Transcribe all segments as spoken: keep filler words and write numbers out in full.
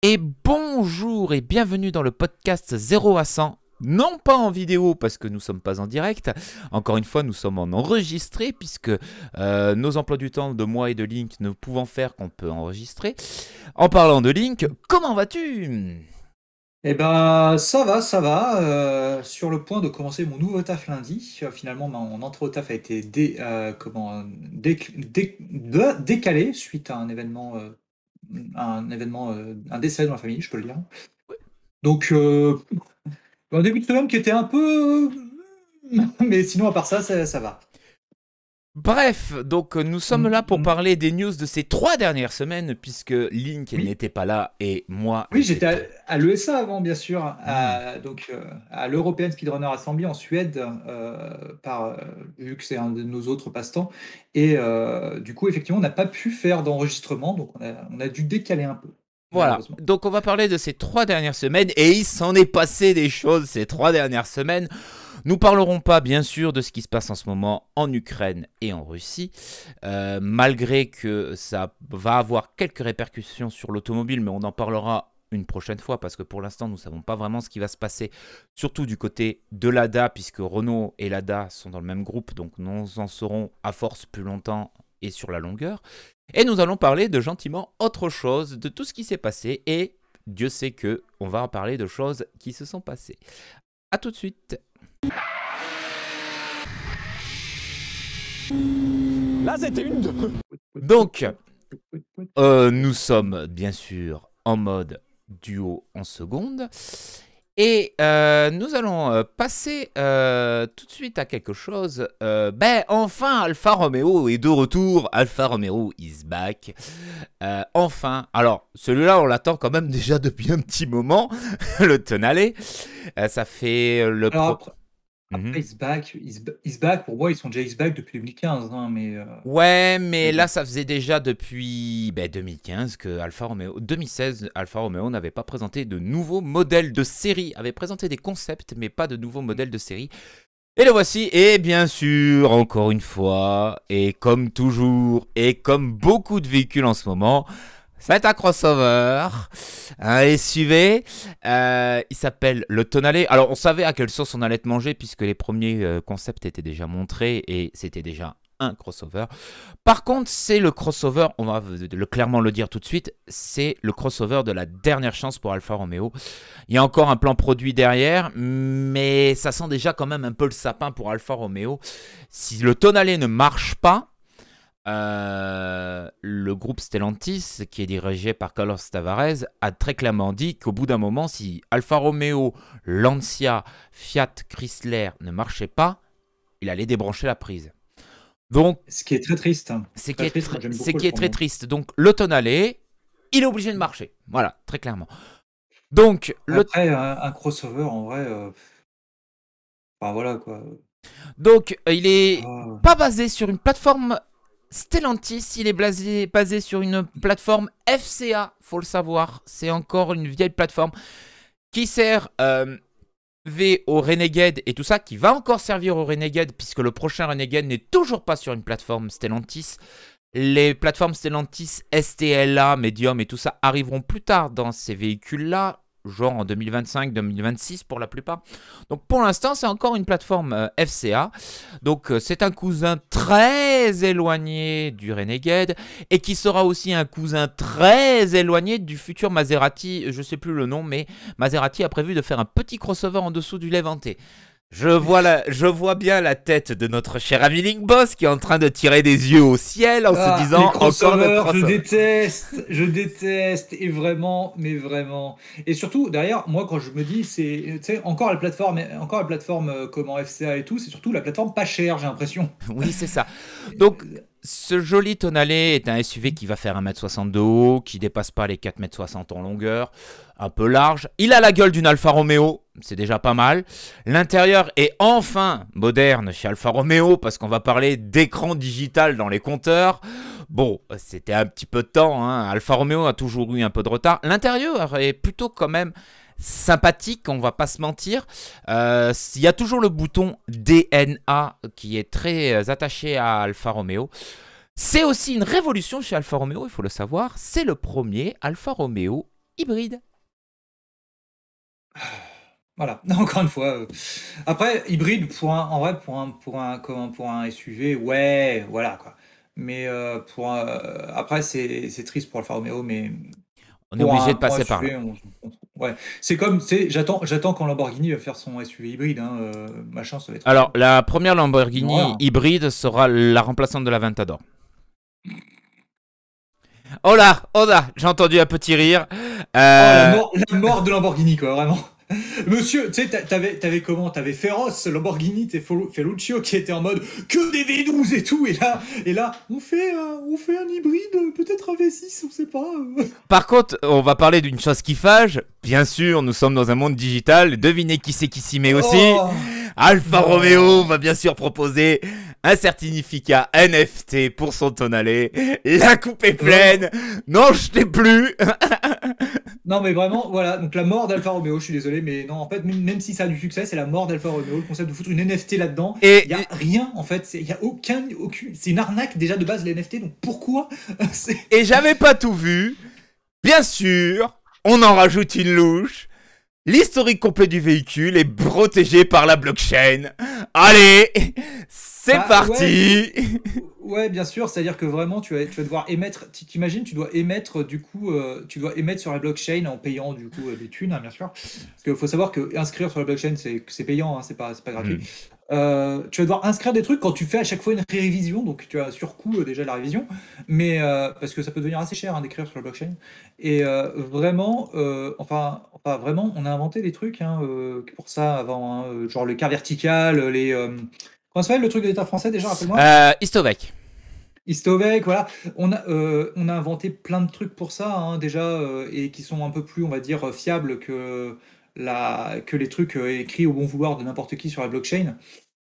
Et bonjour et bienvenue dans le podcast zéro à cent. Non pas en vidéo parce que nous ne sommes pas en direct. Encore une fois, nous sommes en enregistré puisque euh, nos emplois du temps de moi et de Link ne pouvant faire qu'on peut enregistrer. En parlant de Link, comment vas-tu ? Eh ben, ça va, ça va. Euh, sur le point de commencer mon nouveau taf lundi. Euh, finalement, mon entrée au taf a été dé, euh, comment, dé- dé- de- décalée suite à un événement, euh, un événement, euh, un décès dans la famille, je peux le dire. Donc, euh, un début de semaine qui était un peu, mais sinon à part ça, ça, ça va. Bref, donc nous sommes Mm, là pour mm. parler des news de ces trois dernières semaines puisque Link Oui, n'était pas là et moi oui, j'étais j'étais à, très... à l'E S A avant, bien sûr, Hmm. à, donc euh, à l'European Speedrunner Assembly en Suède, euh, par, euh, vu que c'est un de nos autres passe-temps. Et euh, du coup, effectivement, on n'a pas pu faire d'enregistrement, donc on a, on a dû décaler un peu, Voilà, malheureusement. donc on va parler de ces trois dernières semaines et il s'en est passé des choses ces trois dernières semaines. Nous parlerons pas bien sûr de ce qui se passe en ce moment en Ukraine et en Russie, euh, malgré que ça va avoir quelques répercussions sur l'automobile, mais on en parlera une prochaine fois parce que pour l'instant nous ne savons pas vraiment ce qui va se passer, surtout du côté de Lada, puisque Renault et Lada sont dans le même groupe, donc nous en saurons à force plus longtemps et sur la longueur. Et nous allons parler de gentiment autre chose, de tout ce qui s'est passé, et Dieu sait que on va en parler de choses qui se sont passées. A tout de suite. Là, c'était une de... Donc, euh, nous sommes bien sûr en mode duo en seconde. Et euh, nous allons euh, passer euh, tout de suite à quelque chose. Euh, ben enfin, Alfa Romeo est de retour. Alfa Romeo is back. Euh, enfin, alors celui-là, on l'attend quand même déjà depuis un petit moment. Le Tonale. Euh, ça fait le Alors pro. après, Mhm. après Is Back, Is, Is Back, pour moi, ils sont déjà Is Back depuis deux mille quinze, hein, mais, euh, Ouais, mais mais bon. là, ça faisait déjà depuis ben, deux mille quinze que Alfa Romeo, deux mille seize, Alfa Romeo n'avait pas présenté de nouveaux modèles de série, avait présenté des concepts, mais pas de nouveaux modèles de série. Et le voici, et bien sûr, encore une fois, et comme toujours, et comme beaucoup de véhicules en ce moment, c'est un crossover, un S U V, euh, il s'appelle le Tonale. Alors on savait à quelle sauce on allait te manger puisque les premiers euh, concepts étaient déjà montrés et c'était déjà un crossover. Par contre, c'est le crossover, on va le, clairement le dire tout de suite, c'est le crossover de la dernière chance pour Alfa Romeo. Il y a encore un plan produit derrière, mais ça sent déjà quand même un peu le sapin pour Alfa Romeo. Si le Tonale ne marche pas, euh, le groupe Stellantis, qui est dirigé par Carlos Tavares, a très clairement dit qu'au bout d'un moment, si Alfa Romeo, Lancia, Fiat, Chrysler ne marchaient pas, il allait débrancher la prise. Donc, Ce qui est très triste, hein. c'est qui Très est, triste, moi tr- j'aime c'est beaucoup qui Alfa est très Romeo. triste. Donc, le Tonale, il est obligé de marcher. Voilà, très clairement. Donc, le, Après, un, un crossover, en vrai, euh, enfin voilà quoi. donc il C'est est pas. pas basé sur une plateforme Stellantis, il est basé, basé sur une plateforme F C A, faut le savoir. C'est encore une vieille plateforme qui sert euh, V au Renegade et tout ça, qui va encore servir au Renegade, puisque le prochain Renegade n'est toujours pas sur une plateforme Stellantis. Les plateformes Stellantis S T L A, Medium et tout ça arriveront plus tard dans ces véhicules-là, genre en deux mille vingt-cinq deux mille vingt-six pour la plupart. Donc pour l'instant, c'est encore une plateforme euh, F C A. Donc euh, c'est un cousin très éloigné du Renegade et qui sera aussi un cousin très éloigné du futur Maserati. Je ne sais plus le nom, mais Maserati a prévu de faire un petit crossover en dessous du Levante. Je vois, la, je vois bien la tête de notre cher ami Link Boss qui est en train de tirer des yeux au ciel en se Ah, les disant encore de crossovers, je crossover. déteste, je déteste, et vraiment, mais vraiment. Et surtout, derrière, moi, quand je me dis, c'est, tu sais, encore la plateforme, encore la plateforme euh, comme en F C A et tout, c'est surtout la plateforme pas chère, j'ai l'impression. Oui, c'est ça. Donc, ce joli Tonale est un S U V qui va faire un mètre soixante de haut, qui dépasse pas les quatre mètres soixante en longueur, un peu large. Il a la gueule d'une Alfa Romeo, c'est déjà pas mal. L'intérieur est enfin moderne chez Alfa Romeo, parce qu'on va parler d'écran digital dans les compteurs. Bon, c'était un petit peu de temps, hein. Alfa Romeo a toujours eu un peu de retard. L'intérieur est plutôt quand même sympathique, on va pas se mentir. Euh, Il y a toujours le bouton D N A qui est très attaché à Alfa Romeo. C'est aussi une révolution chez Alfa Romeo, il faut le savoir. C'est le premier Alfa Romeo hybride. Voilà, encore une fois. euh, Après, hybride, pour un, en vrai, pour un, pour un, comment, pour un S U V, ouais, voilà, quoi. Mais euh, pour un- euh, après, c'est c'est triste pour Alfa Romeo, mais On est pour obligé un, de pour un passer par là. S U V, on, on- ouais. C'est comme, tu sais, j'attends, j'attends quand Lamborghini va faire son S U V hybride, hein, euh, machin, ça va être Alors, horrible. la première Une horreur, Lamborghini hein. hybride sera la remplaçante de la Ventador. Oh là, oh là, j'ai entendu un petit rire. Oh, la Euh, mort, la mort de Lamborghini, quoi, vraiment. Monsieur, tu sais, t'a- t'avais, t'avais comment? T'avais Féroce, Lamborghini, t'es Fo- Ferruccio qui était en mode que des V douze et tout, et là, et là, on fait, un- on fait un hybride, peut-être un V six, on sait pas. euh. Par contre, on va parler d'une chose qui fâche. Bien sûr, nous sommes dans un monde digital. Devinez qui c'est qui s'y met aussi. Oh Alfa Romeo non. va bien sûr proposer un certificat N F T pour son tonalé. La coupe est pleine. Non, je t'ai plus. Non, mais vraiment, voilà, donc la mort d'Alfa Romeo, je suis désolé, mais non, en fait, même, même si ça a du succès, c'est la mort d'Alfa Romeo, le concept de foutre une N F T là-dedans, Et il y a rien, en fait, il y a aucun, aucune, c'est une arnaque déjà de base, les N F T, donc pourquoi c'est- et j'avais pas tout vu. Bien sûr, on en rajoute une louche. L'historique complet du véhicule est protégé par la blockchain. Allez, c'est Bah, parti. Ouais, bien sûr, c'est-à-dire que vraiment, tu vas, tu vas devoir émettre, tu- t'imagines, tu dois émettre, du coup, euh, tu dois émettre sur la blockchain en payant, du coup, euh, des thunes, hein, bien sûr. Parce qu'il faut savoir que inscrire sur la blockchain, c'est c'est payant, hein, c'est pas, c'est pas gratuit. Hmm. Euh, tu vas devoir inscrire des trucs quand tu fais à chaque fois une révision, donc tu as un surcoût euh, déjà de la révision, mais euh, parce que ça peut devenir assez cher hein, d'écrire sur la blockchain. Et euh, vraiment, euh, enfin, enfin, vraiment, on a inventé des trucs hein, euh, pour ça avant, hein, euh, genre le quart vertical, les. Euh, comment ça s'appelle le truc de l'État français déjà, rappelle-moi? Euh, Istovec. Istovec, voilà. On a, euh, on a inventé plein de trucs pour ça, hein, déjà, euh, et qui sont un peu plus, on va dire, fiables que, la, que les trucs euh, écrits au bon vouloir de n'importe qui sur la blockchain.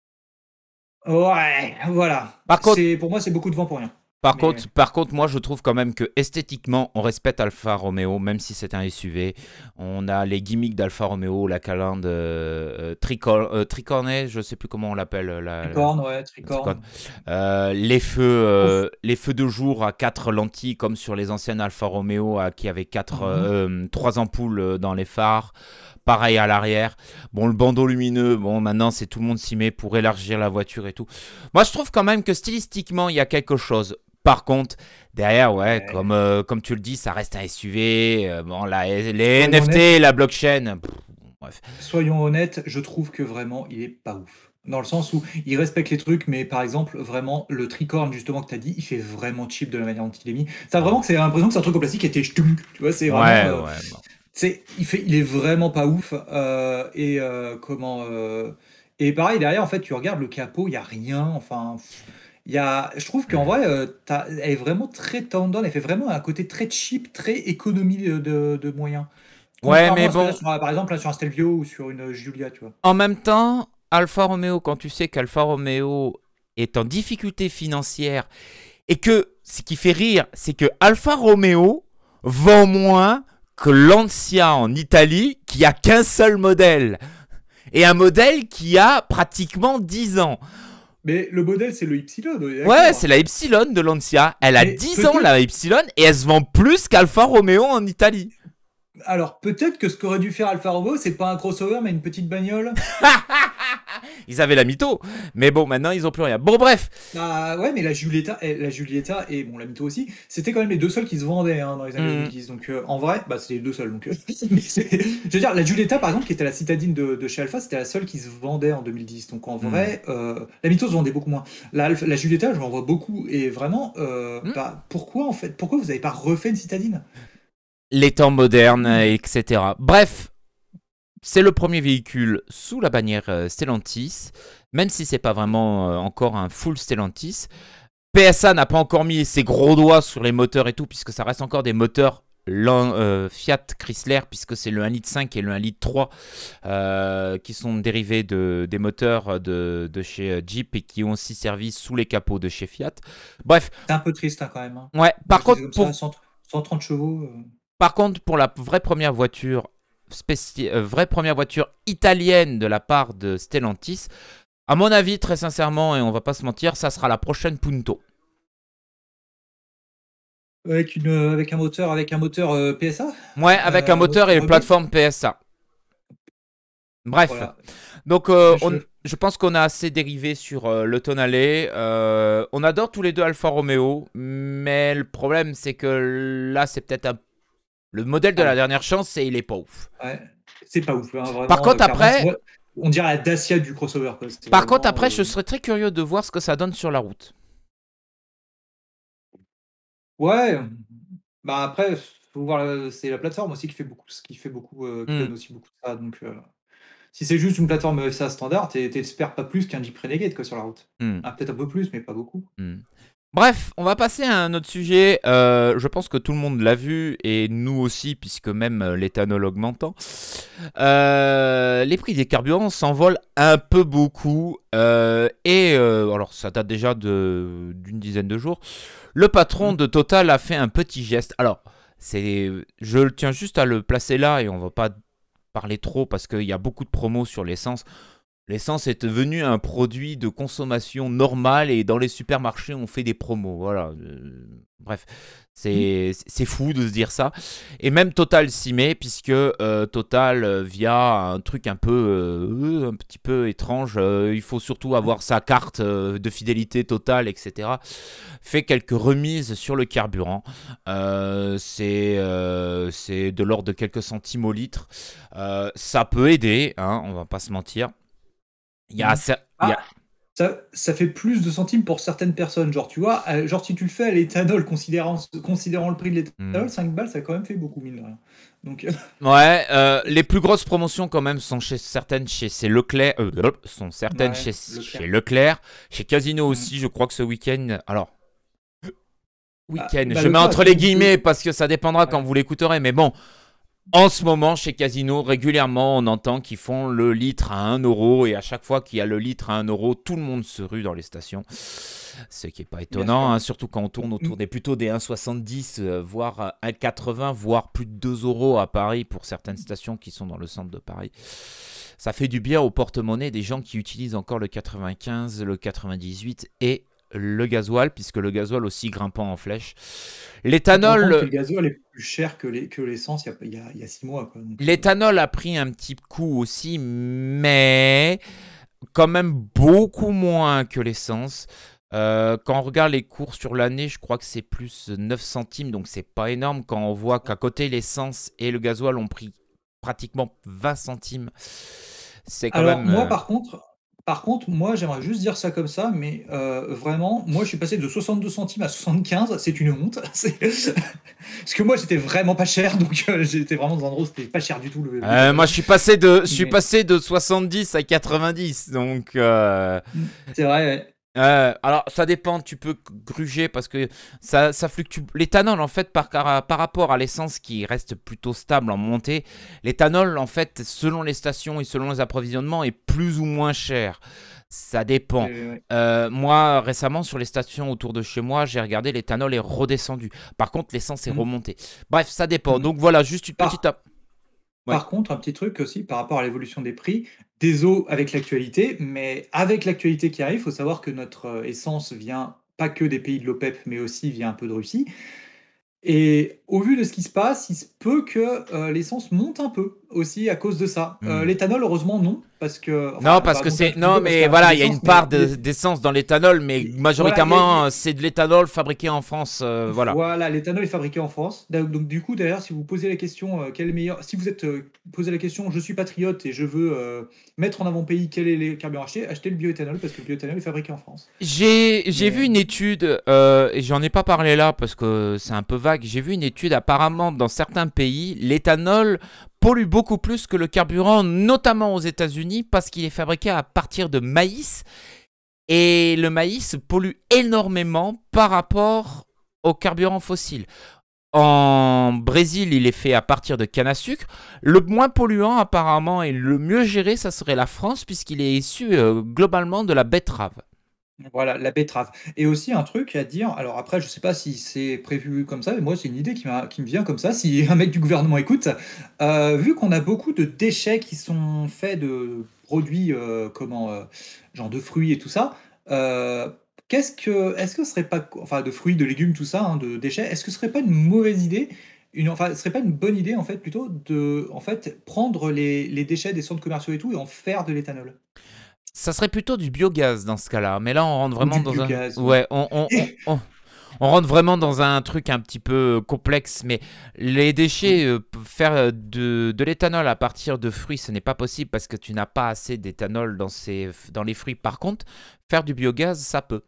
Ouais, voilà. Par contre, C'est, pour moi, c'est beaucoup de vent pour rien. Par Mais contre, par contre, moi je trouve quand même que esthétiquement, on respecte Alfa Romeo, même si c'est un S U V. On a les gimmicks d'Alfa Romeo, la calandre euh, euh, tricor euh, tricornée, je sais plus comment on l'appelle. La, la- tricorne, ouais, la tricorne. tricorne. Euh, les feux, euh, les feux de jour à quatre lentilles, comme sur les anciennes Alfa Romeo, à- qui avaient quatre, Mhm. euh, trois ampoules euh, dans les phares. Pareil à l'arrière. Bon, le bandeau lumineux, bon, maintenant, c'est tout le monde s'y met pour élargir la voiture et tout. Moi, je trouve quand même que stylistiquement, il y a quelque chose. Par contre, derrière, ouais, Ouais. comme, euh, comme tu le dis, ça reste un S U V. euh, bon, la- les Soyons N F T, la blockchain. Pff, bref. Soyons honnêtes, je trouve que vraiment, il est pas ouf. Dans le sens où il respecte les trucs, mais par exemple, vraiment, le tricorne, justement, que tu as dit, il fait vraiment cheap de la manière dont il est mis. Ça a vraiment que c'est l'impression que c'est un truc en plastique qui a été ch'tounk, tu vois, c'est Ouais, vraiment. euh, ouais. Bon. c'est, il fait, il est vraiment pas ouf. euh, et euh, comment. euh, et pareil, derrière, en fait, tu regardes le capot, il y a rien. Enfin, pff, il y a, je trouve qu'en vrai, euh, t'as- elle est vraiment très toned down. Elle fait vraiment un côté très cheap, très économie de, de- de moyens. Ouais, Contrairement mais à ce que là, bon, sur, par exemple, là, sur un Stelvio ou sur une Giulia, tu vois. en même temps, Alfa Romeo, quand tu sais qu'Alfa Romeo est en difficulté financière et que ce qui fait rire, c'est que Alfa Romeo vend moins que Lancia en Italie, qui a qu'un seul modèle. Et un modèle qui a pratiquement dix ans. Mais le modèle, c'est le Y, on est Ouais, d'accord. c'est la Ypsilon de Lancia. Elle a Mais dix ans, peut-être- la Ypsilon, et elle se vend plus qu'Alfa Romeo en Italie. Alors, peut-être que ce qu'aurait dû faire Alfa Romeo, c'est pas un crossover, mais une petite bagnole. Ils avaient la mytho, mais bon, maintenant, ils ont plus rien. Bon, bref. Bah ouais, mais la Giulietta, eh, la Giulietta et bon, la Mito aussi, c'était quand même les deux seuls qui se vendaient hein, dans les années Mm. deux mille dix. Donc euh, en vrai, bah c'est les deux seuls. Donc, euh, mais c'est- je veux dire, la Giulietta par exemple, qui était la citadine de, de chez Alpha, c'était la seule qui se vendait en deux mille dix. Donc en vrai, euh, la Mito se vendait beaucoup moins. La, Alpha- la Giulietta, je m'en vois beaucoup. Et vraiment, euh, Mm. bah, pourquoi en fait, pourquoi vous n'avez pas refait une citadine? Les temps modernes, et cetera. Bref, c'est le premier véhicule sous la bannière euh, Stellantis, même si c'est pas vraiment euh, encore un full Stellantis. P S A n'a pas encore mis ses gros doigts sur les moteurs et tout, puisque ça reste encore des moteurs Lan- euh, Fiat Chrysler, puisque c'est le un litre cinq et le un litre trois euh, qui sont dérivés de, des moteurs de, de chez euh, Jeep et qui ont aussi servi sous les capots de chez Fiat. Bref, C'est un peu triste hein, quand même. Hein. ouais, par Je disais contre, comme pour, ça, cent cent trente chevaux. euh. Par contre, pour la vraie première voiture, spéci- euh, vraie première voiture italienne de la part de Stellantis, à mon avis, très sincèrement, et on va pas se mentir, ça sera la prochaine Punto. Avec une, heu, avec un moteur avec un moteur, heu, P S A? Ouais, avec un Heu, moteur moteur et une rebelle? plateforme P S A. Bref, Voilà. donc euh, Je on- je pense qu'on a assez dérivé sur euh, le Tonale. Euh, on adore tous les deux Alfa Romeo, mais le problème c'est que là c'est peut-être un... le modèle de la Allez, dernière chance, et il est pas ouf. ouais, c'est pas ouf, hein, Par vraiment, heu, contre clairement, c'est après, moi on dirait la Dacia du crossover, quoi. C'est par contre vraiment, après, je heu serais très curieux de voir ce que ça donne sur la route. ouais, bah, après, faut voir, heu, c'est la plateforme aussi qui fait beaucoup ce qui fait beaucoup, heu, qui Hmm, donne aussi beaucoup de ça, donc heu, si c'est juste une plateforme F C A standard, tu es tu espères pas plus qu'un Jeep Renegade, quoi, sur la route. hmm, Ah, peut-être un peu plus, mais pas beaucoup. hmm. Bref, on va passer à un autre sujet. Euh, je pense que tout le monde l'a vu, et nous aussi, puisque même euh, l'éthanol augmentant. Euh, les prix des carburants s'envolent un peu beaucoup. Euh, et euh, alors, ça date déjà de- d'une dizaine de jours. Le patron Mmh. de Total a fait un petit geste. Alors, c'est, je tiens juste à le placer là, et on va pas parler trop parce qu'il y a beaucoup de promos sur l'essence. L'essence est devenue un produit de consommation normale, et dans les supermarchés, on fait des promos. Voilà. Euh, bref, Mmh. c'est c'est fou de se dire ça. Et même Total s'y met, puisque euh, Total, euh, via un truc un peu, euh, un petit peu étrange, euh, il faut surtout avoir sa carte euh, de fidélité Total, et cetera, fait quelques remises sur le carburant. Euh, c'est euh, c'est de l'ordre de quelques centimes au litre. Euh, ça peut aider, hein, on va pas se mentir. Il y a, Mmh. cer- il y Ah, a- ça ça fait plus de centimes pour certaines personnes, genre, tu vois? Heu, genre, si tu le fais à l'éthanol, considérant considérant le prix de Hmm. l'éthanol, cinq balles, ça a quand même fait beaucoup, mine de rien. Donc, heu, Ouais, euh, les plus grosses promotions quand même sont chez certaines chez ces Leclerc, euh, hop, sont certaines ouais, chez, Leclerc. chez Leclerc, chez Casino Mmh. aussi, je crois que ce week-end. Alors, Bah week-end, bah, je mets Leclerc a entre fait les une guillemets parce que ça dépendra quand ouais. vous l'écouterez, mais bon, en ce moment, chez Casino, régulièrement, on entend qu'ils font le litre à un euro, et à chaque fois qu'il y a le litre à un euro, tout le monde se rue dans les stations. Ce qui n'est pas Bien étonnant, sûr. hein, surtout quand on tourne autour des plutôt des un virgule soixante-dix, euh, voire un virgule quatre-vingts, voire plus de deux euros à Paris pour certaines stations qui sont dans le centre de Paris. Ça fait du bien au porte-monnaie des gens qui utilisent encore le quatre-vingt-quinze, le quatre-vingt-dix-huit et le gasoil, puisque le gasoil aussi grimpant en flèche. Tu te rends compte que L'éthanol, le gasoil est plus cher que les que l'essence il y a il y a il y a six mois, quoi, donc heu, l'éthanol a pris un petit coup aussi, mais quand même beaucoup moins que l'essence. Euh, quand on regarde les cours sur l'année, je crois que c'est plus neuf centimes, donc c'est pas énorme. Quand on voit qu'à côté l'essence et le gasoil ont pris pratiquement vingt centimes, c'est quand alors même... moi euh, par contre par contre, moi j'aimerais juste dire ça comme ça, mais heu, vraiment, moi je suis passé de soixante-deux centimes à soixante-quinze, c'est une honte. C'est parce que moi j'étais vraiment pas cher, donc heu, j'étais vraiment dans un endroit où c'était pas cher du tout le euh, l'éthanol. moi, je suis passé de, je suis Mais passé de soixante-dix à quatre-vingt-dix, donc... euh, mmh, c'est vrai, ouais. Euh, alors, ça dépend, tu peux gruger parce que ça, ça fluctue. L'éthanol, en fait, par, par rapport à l'essence qui reste plutôt stable en montée, l'éthanol, en fait, selon les stations et selon les approvisionnements, est plus ou moins cher. Ça dépend. Ouais, ouais. Euh, moi, récemment, sur les stations autour de chez moi, j'ai regardé, l'éthanol est redescendu. Par contre, l'essence est Mmh, remontée. Bref, ça dépend. mmh. Donc voilà, juste une petite... Par ap- Ouais. Par contre, un petit truc aussi par rapport à l'évolution des prix, désolé avec l'actualité, mais avec l'actualité qui arrive, il faut savoir que notre, heu, essence vient pas que des pays de l'OPEP, mais aussi vient un peu de Russie. Et au vu de ce qui se passe, il se peut que, heu, l'essence monte un peu aussi à cause de ça. Heu, Hmm. l'éthanol heureusement non, parce que enfin Non, elle parce va que monter un c'est... tout petit Non, peu parce qu'il mais y a un prix voilà, il y a une d'essence, mais part les de- d'essence dans l'éthanol, mais les voilà, il y a il y majoritairement, a euh, c'est de l'éthanol fabriqué en France. euh, voilà. voilà, l'éthanol est fabriqué en France. Da donc du coup, derrière, si vous posez la question, heu, quel est le meilleur si vous êtes, heu, posez la question: «Je suis patriote et je veux, heu, mettre en avant mon pays, quel est les carburants à acheter?» Achetez le bioéthanol parce que le bioéthanol est fabriqué en France. J'ai j'ai vu Mais une étude, euh, et j'en ai pas parlé là parce que c'est un peu vague. J'ai vu une étude, apparemment, dans certains pays, l'éthanol pollue beaucoup plus que le carburant, notamment aux États-Unis, parce qu'il est fabriqué à partir de maïs. Et le maïs pollue énormément par rapport au carburant fossile. En Brésil, il est fait à partir de canne à sucre. Le moins polluant, apparemment, et le mieux géré, ça serait la France, puisqu'il est issu euh, globalement de la betterave. voilà, la betterave et aussi un truc à dire, alors après je sais pas si c'est prévu comme ça, mais moi c'est une idée qui m'a qui me vient comme ça, si un mec du gouvernement écoute. Heu, vu qu'on a beaucoup de déchets qui sont faits de produits, heu, comment, heu, genre de fruits et tout ça, heu, qu'est-ce que, est-ce que ce serait pas, enfin, de fruits, de légumes, tout ça, hein, de déchets, est-ce que ce serait pas une mauvaise idée, une, enfin, ce serait pas une bonne idée en fait plutôt de, en fait, prendre les, les déchets des centres commerciaux et tout et en faire de l'éthanol Ça serait plutôt du biogaz dans ce cas-là. Mais là, on rentre ou vraiment du dans un... biogaz, ouais. Ouais, on, on, on, on- on rentre vraiment dans un truc un petit peu complexe. Mais les déchets, euh, p- faire euh, de, de l'éthanol à partir de fruits, ce n'est pas possible parce que tu n'as pas assez d'éthanol dans, ces, dans les fruits. Par contre, faire du biogaz, ça peut.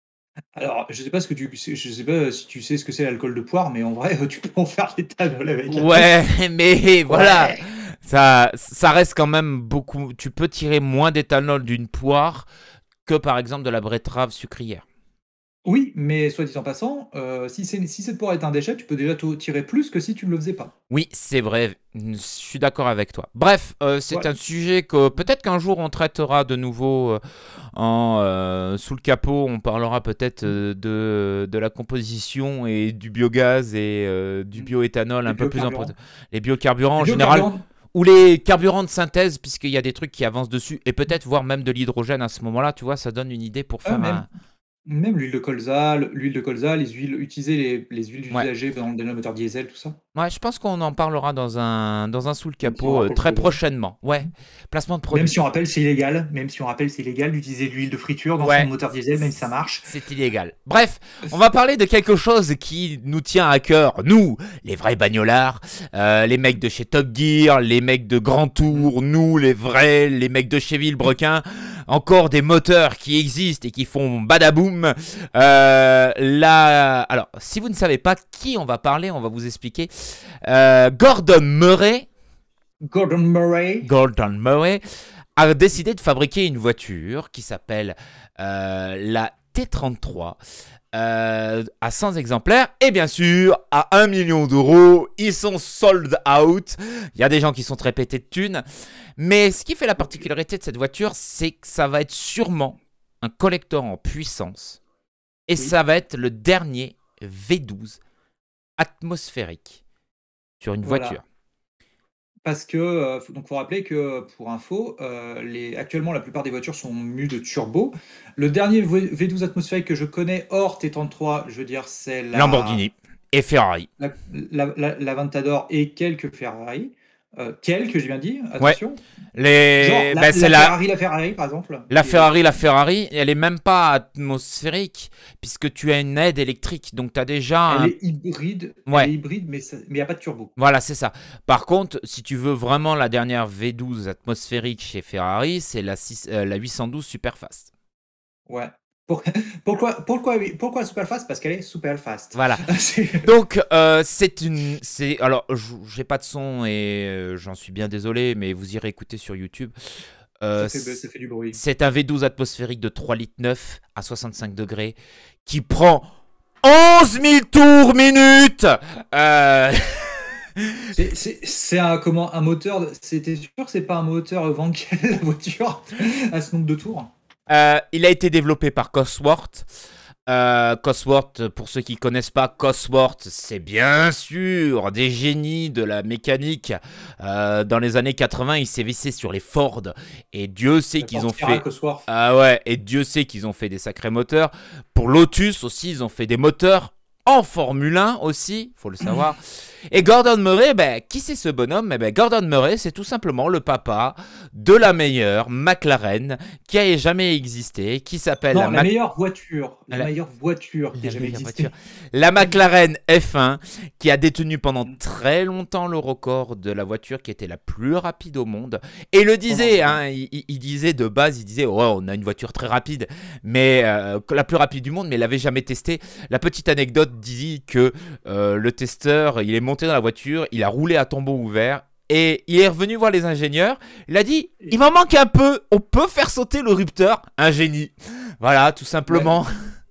Alors, je sais pas ce que tu, je sais pas si tu sais ce que c'est l'alcool de poire, mais en vrai, tu peux en faire de l'éthanol avec. Ouais, mais voilà, Ouais. ça, ça reste quand même beaucoup. Tu peux tirer moins d'éthanol d'une poire que par exemple de la betterave sucrière. Oui, mais soit dit en passant, euh, si, c'est- si cette poire est un déchet, tu peux déjà tout tirer plus que si tu ne le faisais pas. Oui, c'est vrai, je suis d'accord avec toi. Bref, euh, c'est Voilà. un sujet que peut-être qu'un jour on traitera de nouveau euh, en, euh, sous le capot. On parlera peut-être Mm. euh, de, de la composition et du biogaz et euh, du Mm. bioéthanol Les un peu plus en biocarburants. les biocarburants Les en général. biocarburants. Ou les carburants de synthèse, puisqu'il y a des trucs qui avancent dessus, et peut-être voir même de l'hydrogène à ce moment-là, tu vois, ça donne une idée pour Ah, faire même, un... même l'huile de colza, le- l'huile de colza, les huiles, utiliser les, les huiles Ouais, usagées dans des moteurs diesel, tout ça. ouais, je pense qu'on en parlera dans un, dans un sous le Même si on capot euh, rappelle que très c'est illégal. prochainement. Ouais, placement de Même produit. si on rappelle c'est illégal, même si on rappelle c'est illégal d'utiliser de l'huile de friture dans son Ouais, moteur diesel, même si ça marche. c'est illégal. Bref, on va parler de quelque chose qui nous tient à cœur, nous, les vrais bagnolards, euh, les mecs de chez Top Gear, les mecs de Grand Tour, nous, les vrais, les mecs de chez Villebrequin, encore des moteurs qui existent et qui font badaboum. Euh, là, alors, si vous ne savez pas qui on va parler, on va vous expliquer. Euh, Gordon Murray, Gordon Murray. Gordon Murray a décidé de fabriquer une voiture qui s'appelle euh, la T trente-trois euh, à cent exemplaires et bien sûr à un million d'euros. Ils sont sold out. Il y a des gens qui sont très pétés de thunes. Mais ce qui fait la particularité de cette voiture, c'est que ça va être sûrement un collector en puissance et Oui. ça va être le dernier V douze atmosphérique sur une Voilà. voiture. Parce que, euh, faut- donc faut rappeler que pour info, euh, les, actuellement la plupart des voitures sont mues de turbo. Le dernier V- V12 atmosphérique que je connais hors T trente-trois, je veux dire, c'est la, Lamborghini et Ferrari. la, la, la- la Aventador et quelques Ferrari. Euh, quelques, j'ai bien dit, Ouais. attention. Genre Les... la, ben, c'est la la... Ferrari, la Ferrari par exemple. la qui est- Ferrari, la Ferrari, elle est même pas atmosphérique puisque tu as une aide électrique. Donc tu as déjà Elle un... est hybride, elle Ouais, est hybride, mais ça- mais il n'y a pas de turbo. voilà, c'est ça. Par contre, si tu veux vraiment la dernière V douze atmosphérique chez Ferrari, c'est la, six- euh, la huit cent douze Superfast. Ouais. Pour- Pourquoi, pourquoi, oui, pourquoi super fast? Parce qu'elle est super fast. Voilà. C'est- Donc, euh, c'est une. C'est, alors, j- j'ai pas de son et euh, j'en suis bien désolé, mais vous irez écouter sur YouTube. Euh, ça, fait, ça fait du bruit. c'est un V douze atmosphérique de trois litres neuf à soixante-cinq degrés qui prend onze mille tours minute. Euh, C'est- C'est c'est un, comment, un moteur. de- C'était sûr que c'est pas un moteur Wankel, la voiture, à ce nombre de tours. euh, il a été développé par Cosworth. Euh, Cosworth, pour ceux qui connaissent pas, Cosworth, c'est bien sûr des génies de la mécanique. Euh, dans les années quatre-vingts, ils s'est vissé sur les Ford et Dieu sait La qu'ils ont Fortiera fait. Cosworth. Ah ouais, et Dieu sait qu'ils ont fait des sacrés moteurs. Pour Lotus aussi, ils ont fait des moteurs en Formule un aussi, faut le savoir. Et Gordon Murray, ben, qui c'est ce bonhomme? Eh ben, Gordon Murray, c'est tout simplement le papa de la meilleure McLaren qui a jamais existé, qui s'appelle Non, la, la Mac- meilleure voiture. La, La- meilleure voiture qui la ait jamais meilleure existé. voiture. La McLaren F un, qui a détenu pendant très longtemps le record de la voiture qui était la plus rapide au monde. Et il le disait, Pendant- hein, il, il- il disait de base, il disait, oh, on a une voiture très rapide, mais euh, la plus rapide du monde, mais il l'avait jamais testée. La petite anecdote dit que euh, le testeur, il est monté dans la voiture, il a roulé à tombeau ouvert. Et il est revenu voir les ingénieurs. Il a dit, il m'en manque un peu. On peut faire sauter le rupteur. Un génie. Voilà, tout simplement.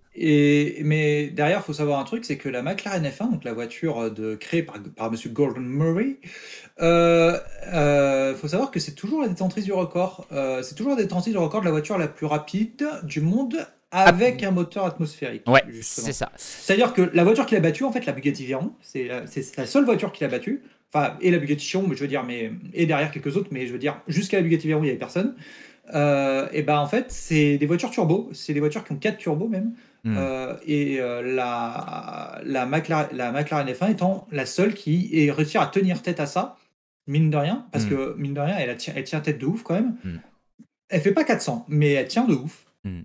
Et, mais derrière, il faut savoir un truc, c'est que la McLaren F un, donc la voiture de, créée par, par Monsieur Gordon Murray, euh, euh, faut savoir que c'est toujours la détentrice du record. Euh, c'est toujours la détentrice du record de la voiture la plus rapide du monde avec un moteur atmosphérique. Ouais, justement. c'est ça. C'est-à-dire que la voiture qui l'a battue, en fait, la Bugatti Veyron, c'est la, c'est la seule voiture qui l'a battue. Enfin, et la Bugatti Chiron, mais je veux dire, mais, et derrière quelques autres, mais je veux dire, jusqu'à la Bugatti Veyron, il n'y avait personne. euh, et ben en fait, c'est des voitures turbo. C'est des voitures qui ont quatre turbos même. Hmm. Euh, et euh, la, la, McLaren, la McLaren F un étant la seule qui est réussi à tenir tête à ça, mine de rien, parce Hmm. que mine de rien, elle, a ti- elle tient tête de ouf quand même. Hmm. Elle fait pas quatre cents, mais elle tient de ouf. Hmm.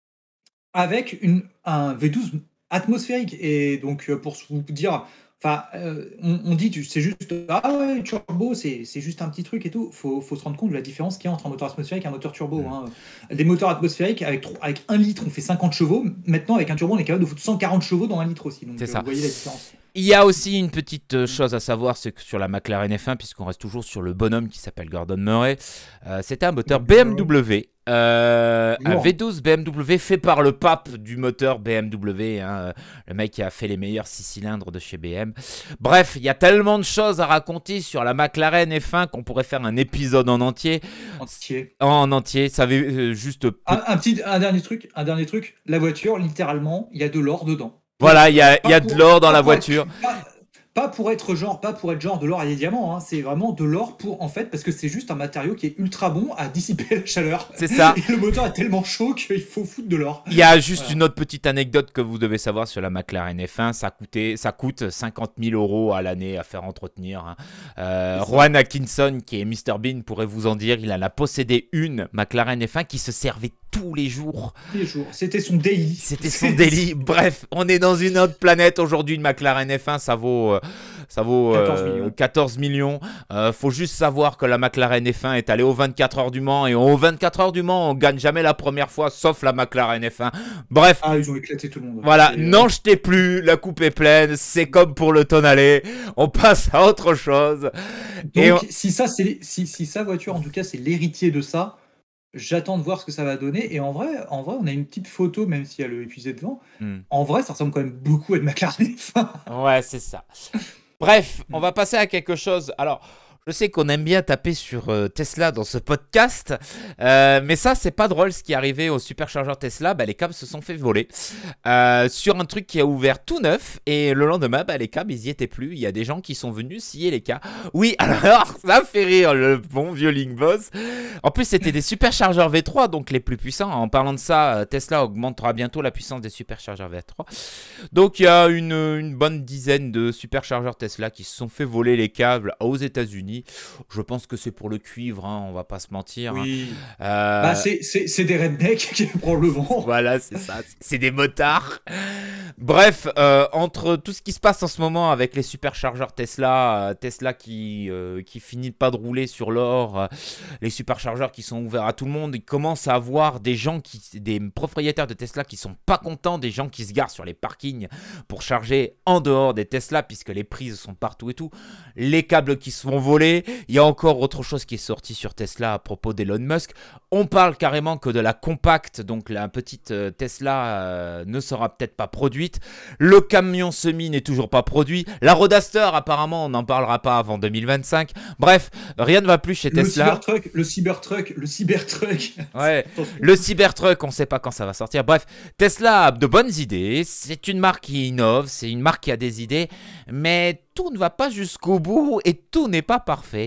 Avec une, un V douze atmosphérique. Et donc, euh, pour vous dire, enfin, euh, on, on dit, tu- c'est juste, ah ouais, turbo, c'est c'est juste un petit truc et tout. Faut, faut se rendre compte de la différence qu'il y a entre un moteur atmosphérique et un moteur turbo. Mm. Hein. Des moteurs atmosphériques, avec, tro- avec un litre, on fait cinquante chevaux. Maintenant, avec un turbo, on est capable de foutre cent quarante chevaux dans un litre aussi. Donc, C'est euh, ça. vous voyez la différence. Il y a aussi une petite euh, chose à savoir, c'est que sur la McLaren F un, puisqu'on reste toujours sur le bonhomme qui s'appelle Gordon Murray, euh, c'était un moteur B M W, euh, un Lourd. V douze B M W fait par le pape du moteur B M W, hein, euh, le mec qui a fait les meilleurs six cylindres de chez B M. Bref, il y a tellement de choses à raconter sur la McLaren F un qu'on pourrait faire un épisode en entier. Entier. En entier, ça avait euh, juste... Un, un petit, un dernier truc, un dernier truc. La voiture, littéralement, il y a de l'or dedans. Voilà, il y a, Pas il y a pour- de l'or dans pas la pour être- voiture. Pas, pas pour être genre, pas pour être genre de l'or et des diamants. Hein. C'est vraiment de l'or pour en fait parce que c'est juste un matériau qui est ultra bon à dissiper la chaleur. C'est ça. Et le moteur est tellement chaud qu'il faut foutre de l'or. Il y a juste Voilà. une autre petite anecdote que vous devez savoir sur la McLaren F un. Ça, coûtait, ça coûte cinquante mille euros à l'année à faire entretenir. Hein. Euh, Rowan Atkinson, qui est mister Bean, pourrait vous en dire. Il en a possédé une McLaren F un qui se servait tous les jours. Tous les jours. C'était son daily. C'était son délit. Bref, on est dans une autre planète. Aujourd'hui, une McLaren F un, ça vaut, euh, ça vaut euh, quatorze millions. quatorze millions. Euh, faut juste savoir que la McLaren F un est allée aux vingt-quatre heures du Mans. Et aux vingt-quatre heures du Mans, on gagne jamais la première fois, sauf la McLaren F un. Bref. Ah, ils ont éclaté tout le monde. Voilà, Et, euh, n'en jetez plus, la coupe est pleine, c'est comme pour le tonalé, on passe à autre chose. Donc, Et on- si ça, c'est si, si sa voiture, en tout cas, c'est l'héritier de ça. J'attends de voir ce que ça va donner. Et en vrai, en vrai, on a une petite photo, même s'il y a le épuisé devant. Hmm. En vrai, ça ressemble quand même beaucoup à une McLaren F un. Ouais, c'est ça. Bref, on va passer à quelque chose. Alors, je sais qu'on aime bien taper sur euh, Tesla dans ce podcast, euh, mais ça, c'est pas drôle ce qui est arrivé au superchargeur Tesla. Bah, les câbles se sont fait voler euh, sur un truc qui a ouvert tout neuf, et le lendemain, bah, les câbles, ils y étaient plus. Il y a des gens qui sont venus scier les câbles. Oui, alors, ça fait rire le bon vieux Link Boss. En plus, c'était des superchargeurs V trois, donc les plus puissants. En parlant de ça, euh, Tesla augmentera bientôt la puissance des superchargeurs V trois. Donc, il y a une, une bonne dizaine de superchargeurs Tesla qui se sont fait voler les câbles aux États-Unis. Je pense que c'est pour le cuivre, hein, on va pas se mentir. Oui. Hein. Euh, Bah, c'est c'est- c'est des rednecks qui prennent le vent. Voilà, c'est ça, c'est des motards. Bref, euh, entre tout ce qui se passe en ce moment avec les superchargeurs Tesla, euh, Tesla qui, euh, qui finit pas de rouler sur l'or, euh, les superchargeurs qui sont ouverts à tout le monde, il commence à avoir des gens, qui, des propriétaires de Tesla qui sont pas contents, des gens qui se garent sur les parkings pour charger en dehors des Tesla puisque les prises sont partout et tout, les câbles qui se font voler, il y a encore autre chose qui est sorti sur Tesla à propos d'Elon Musk, on parle carrément que de la compacte, donc la petite euh, Tesla euh, ne sera peut-être pas produite. Le camion semi n'est toujours pas produit. La Roadster, apparemment, on n'en parlera pas avant deux mille vingt-cinq. Bref, rien ne va plus chez Le Tesla. Cybertruck, le Cybertruck, le Cybertruck. Ouais, Attention. le Cybertruck, on ne sait pas quand ça va sortir. Bref, Tesla a de bonnes idées. C'est une marque qui innove, c'est une marque qui a des idées, mais tout ne va pas jusqu'au bout et tout n'est pas parfait.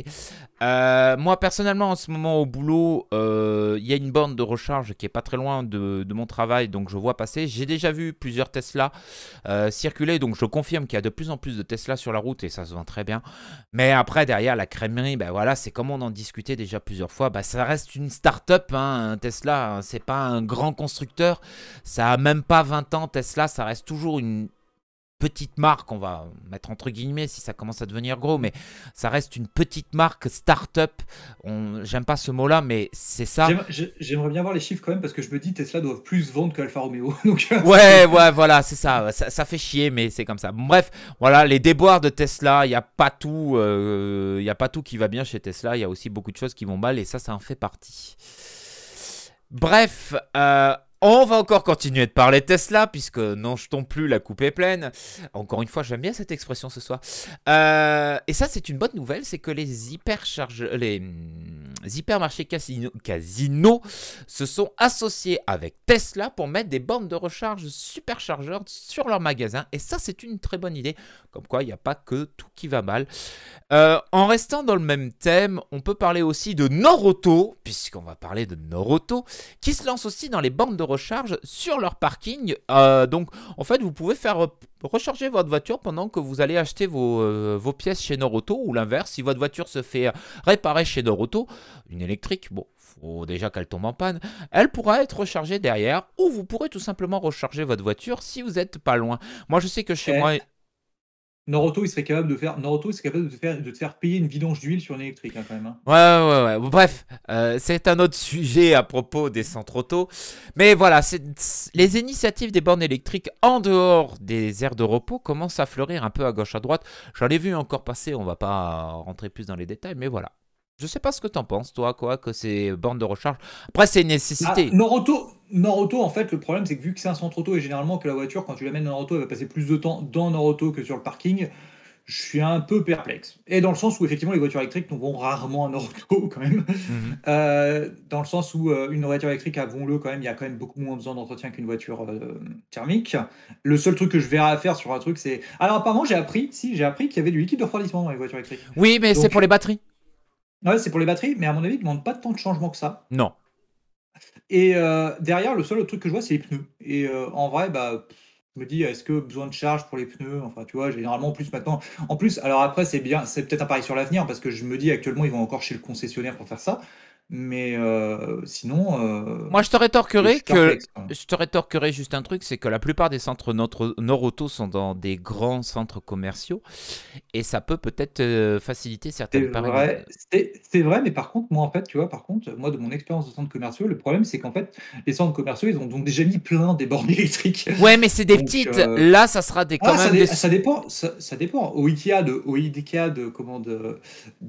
Euh, moi personnellement en ce moment au boulot il euh, y a une borne de recharge qui est pas très loin de, de mon travail, donc je vois passer, j'ai déjà vu plusieurs Tesla euh, circuler, donc je confirme qu'il y a de plus en plus de Tesla sur la route et ça se vend très bien, mais après derrière la crèmerie, ben voilà, c'est comme on en discutait déjà plusieurs fois, ben ça reste une start-up, hein, un Tesla, hein, c'est pas un grand constructeur, ça a même pas vingt ans Tesla, ça reste toujours une petite marque, on va mettre entre guillemets si ça commence à devenir gros, mais ça reste une petite marque start-up. On... J'aime pas ce mot-là, mais c'est ça. J'aime- J'aimerais bien voir les chiffres quand même parce que je me dis Tesla doit plus vendre que Alfa Romeo. Donc, euh, Ouais, ouais, voilà, c'est ça. ça. Ça fait chier, mais c'est comme ça. Bref, voilà, les déboires de Tesla, il n'y a pas tout, euh, y a pas tout qui va bien chez Tesla. Il y a aussi beaucoup de choses qui vont mal, et ça, ça en fait partie. Bref, euh, on va encore continuer de parler de Tesla, puisque n'en jetons plus, la coupe est pleine. Encore une fois, j'aime bien cette expression ce soir. Euh, et ça, c'est une bonne nouvelle, c'est que les hyperchargeurs, les hum, hypermarchés Casino, Casino se sont associés avec Tesla pour mettre des bornes de recharge superchargeurs sur leurs magasins. Et ça, c'est une très bonne idée. Comme quoi, il n'y a pas que tout qui va mal. Euh, en restant dans le même thème, on peut parler aussi de Norauto, puisqu'on va parler de Norauto, qui se lance aussi dans les bornes de recharge sur leur parking. Euh, donc, en fait, vous pouvez faire recharger votre voiture pendant que vous allez acheter vos, euh, vos pièces chez Norauto, ou l'inverse, si votre voiture se fait réparer chez Norauto, une électrique, bon, faut déjà qu'elle tombe en panne, elle pourra être rechargée derrière, ou vous pourrez tout simplement recharger votre voiture si vous n'êtes pas loin. Moi, je sais que chez Eh, moi... Norauto, il serait capable de faire, Norauto, il serait capable de te faire, de te faire payer une vidange d'huile sur une électrique, hein, quand même. Hein. Ouais, ouais, ouais. Bon, bref, euh, c'est un autre sujet à propos des centres auto. Mais voilà, c'est- les initiatives des bornes électriques en dehors des aires de repos commencent à fleurir un peu à gauche à droite. J'en ai vu encore passer, on va pas rentrer plus dans les détails, mais voilà. Je sais pas ce que t'en penses, toi, quoi, que ces bornes de recharge. Après, c'est une Ah, nécessité. Norauto, Norauto, en fait, le problème, c'est que vu que c'est un centre auto et généralement que la voiture, quand tu l'amènes dans Norauto, elle va passer plus de temps dans Norauto que sur le parking, je suis un peu perplexe. Et dans le sens où, effectivement, les voitures électriques nous vont rarement à Norauto, quand même. Mhm. Euh, dans le sens où euh, une voiture électrique, avouons-le, quand même, il y a quand même beaucoup moins besoin d'entretien qu'une voiture euh, thermique. Le seul truc que je verrai à faire sur un truc, c'est... Alors, apparemment, j'ai appris, si, j'ai appris qu'il y avait du liquide de refroidissement dans les voitures électriques. Oui, mais c'est Donc, pour les batteries. ouais, c'est pour les batteries, mais à mon avis, ils ne demandent pas tant de changements que ça. Non. Et euh, derrière, le seul autre truc que je vois, c'est les pneus. Et euh, en vrai, bah, pff, je me dis, est-ce que besoin de charge pour les pneus? Enfin, tu vois, généralement, en plus maintenant. En plus, alors après, c'est bien, c'est peut-être un pari sur l'avenir, parce que je me dis actuellement, ils vont encore chez le concessionnaire pour faire ça. Mais euh, sinon, euh, Moi, je te je rétorquerai suis que perplexe, quoi. je te rétorquerai juste un truc, c'est que la plupart des centres notre- Norauto sont dans des grands centres commerciaux et ça peut peut-être euh, faciliter C'est certaines périodes. vrai, c'est c'est vrai, mais par contre, moi, en fait, tu vois, par contre, moi, de mon expérience de centres commerciaux, le problème, c'est qu'en fait, les centres commerciaux, ils ont donc déjà mis plein des bornes électriques. Ouais, mais c'est des Donc, petites. euh, Là, ça sera des quand ah, ça, même dé- des. ça dépend, ça, ça dépend. Au Ikea de, au Ikea de, comment, de,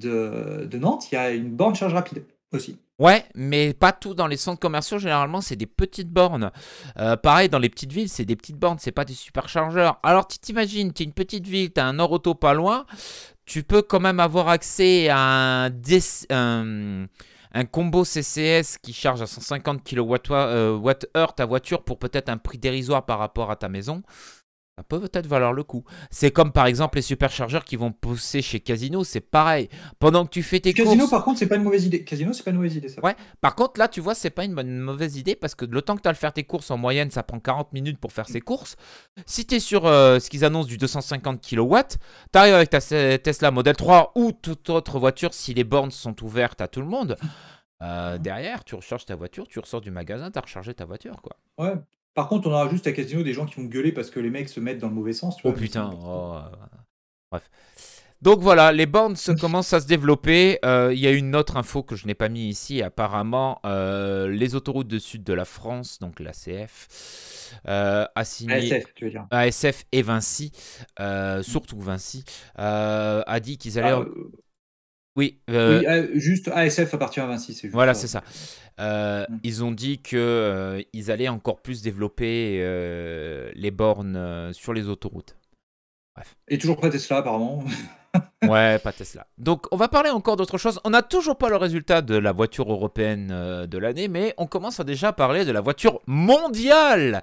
de, de Nantes, il y a une borne charge rapide aussi. Ouais, mais pas tout dans les centres commerciaux. Généralement, c'est des petites bornes. Euh, pareil, dans les petites villes, c'est des petites bornes, c'est pas des superchargeurs. Alors, tu t'imagines, tu es une petite ville, tu as un Norauto pas loin, tu peux quand même avoir accès à un, D C un, un combo C C S qui charge à cent cinquante kilowattheures ta voiture pour peut-être un prix dérisoire par rapport à ta maison. Ça peut peut-être valoir le coup. C'est comme par exemple les superchargeurs qui vont pousser chez Casino, c'est pareil. Pendant que tu fais tes Casino, courses. par contre, c'est pas une mauvaise idée. Casino, c'est pas une mauvaise idée, ça. Ouais, par contre là tu vois c'est pas une bonne mauvaise idée parce que le temps que tu as le faire tes courses en moyenne ça prend quarante minutes pour faire ses courses. Si tu es sur euh, ce qu'ils annoncent du deux cent cinquante kilowatts, tu arrives avec ta Tesla Model trois ou toute autre voiture si les bornes sont ouvertes à tout le monde. Euh, derrière tu recharges ta voiture, tu ressors du magasin, tu as rechargé ta voiture quoi. Ouais. Par contre, on aura juste à Casino des gens qui vont gueuler parce que les mecs se mettent dans le mauvais sens, tu Oh vois. Mais c'est putain, n'importe quoi. oh, euh, bref. Donc voilà, les bornes se commencent à se développer. Euh, Il y a une autre info que je n'ai pas mis ici. Apparemment, euh, les autoroutes de sud de la France, donc l'A C F, euh, a signé A S F, tu veux dire. A S F et Vinci, euh, surtout Vinci, euh, a dit qu'ils allaient. Ah, en- euh, Oui, euh, oui, euh, juste A S F appartient à Vinci, c'est juste voilà, ça. c'est ça. Euh, Mm. ils ont dit que euh, ils allaient encore plus développer euh, les bornes euh, sur les autoroutes. Bref. Et toujours pas Tesla, apparemment. Ouais, pas Tesla. Donc, on va parler encore d'autre chose. On n'a toujours pas le résultat de la voiture européenne euh, de l'année, mais on commence à déjà parler de la voiture mondiale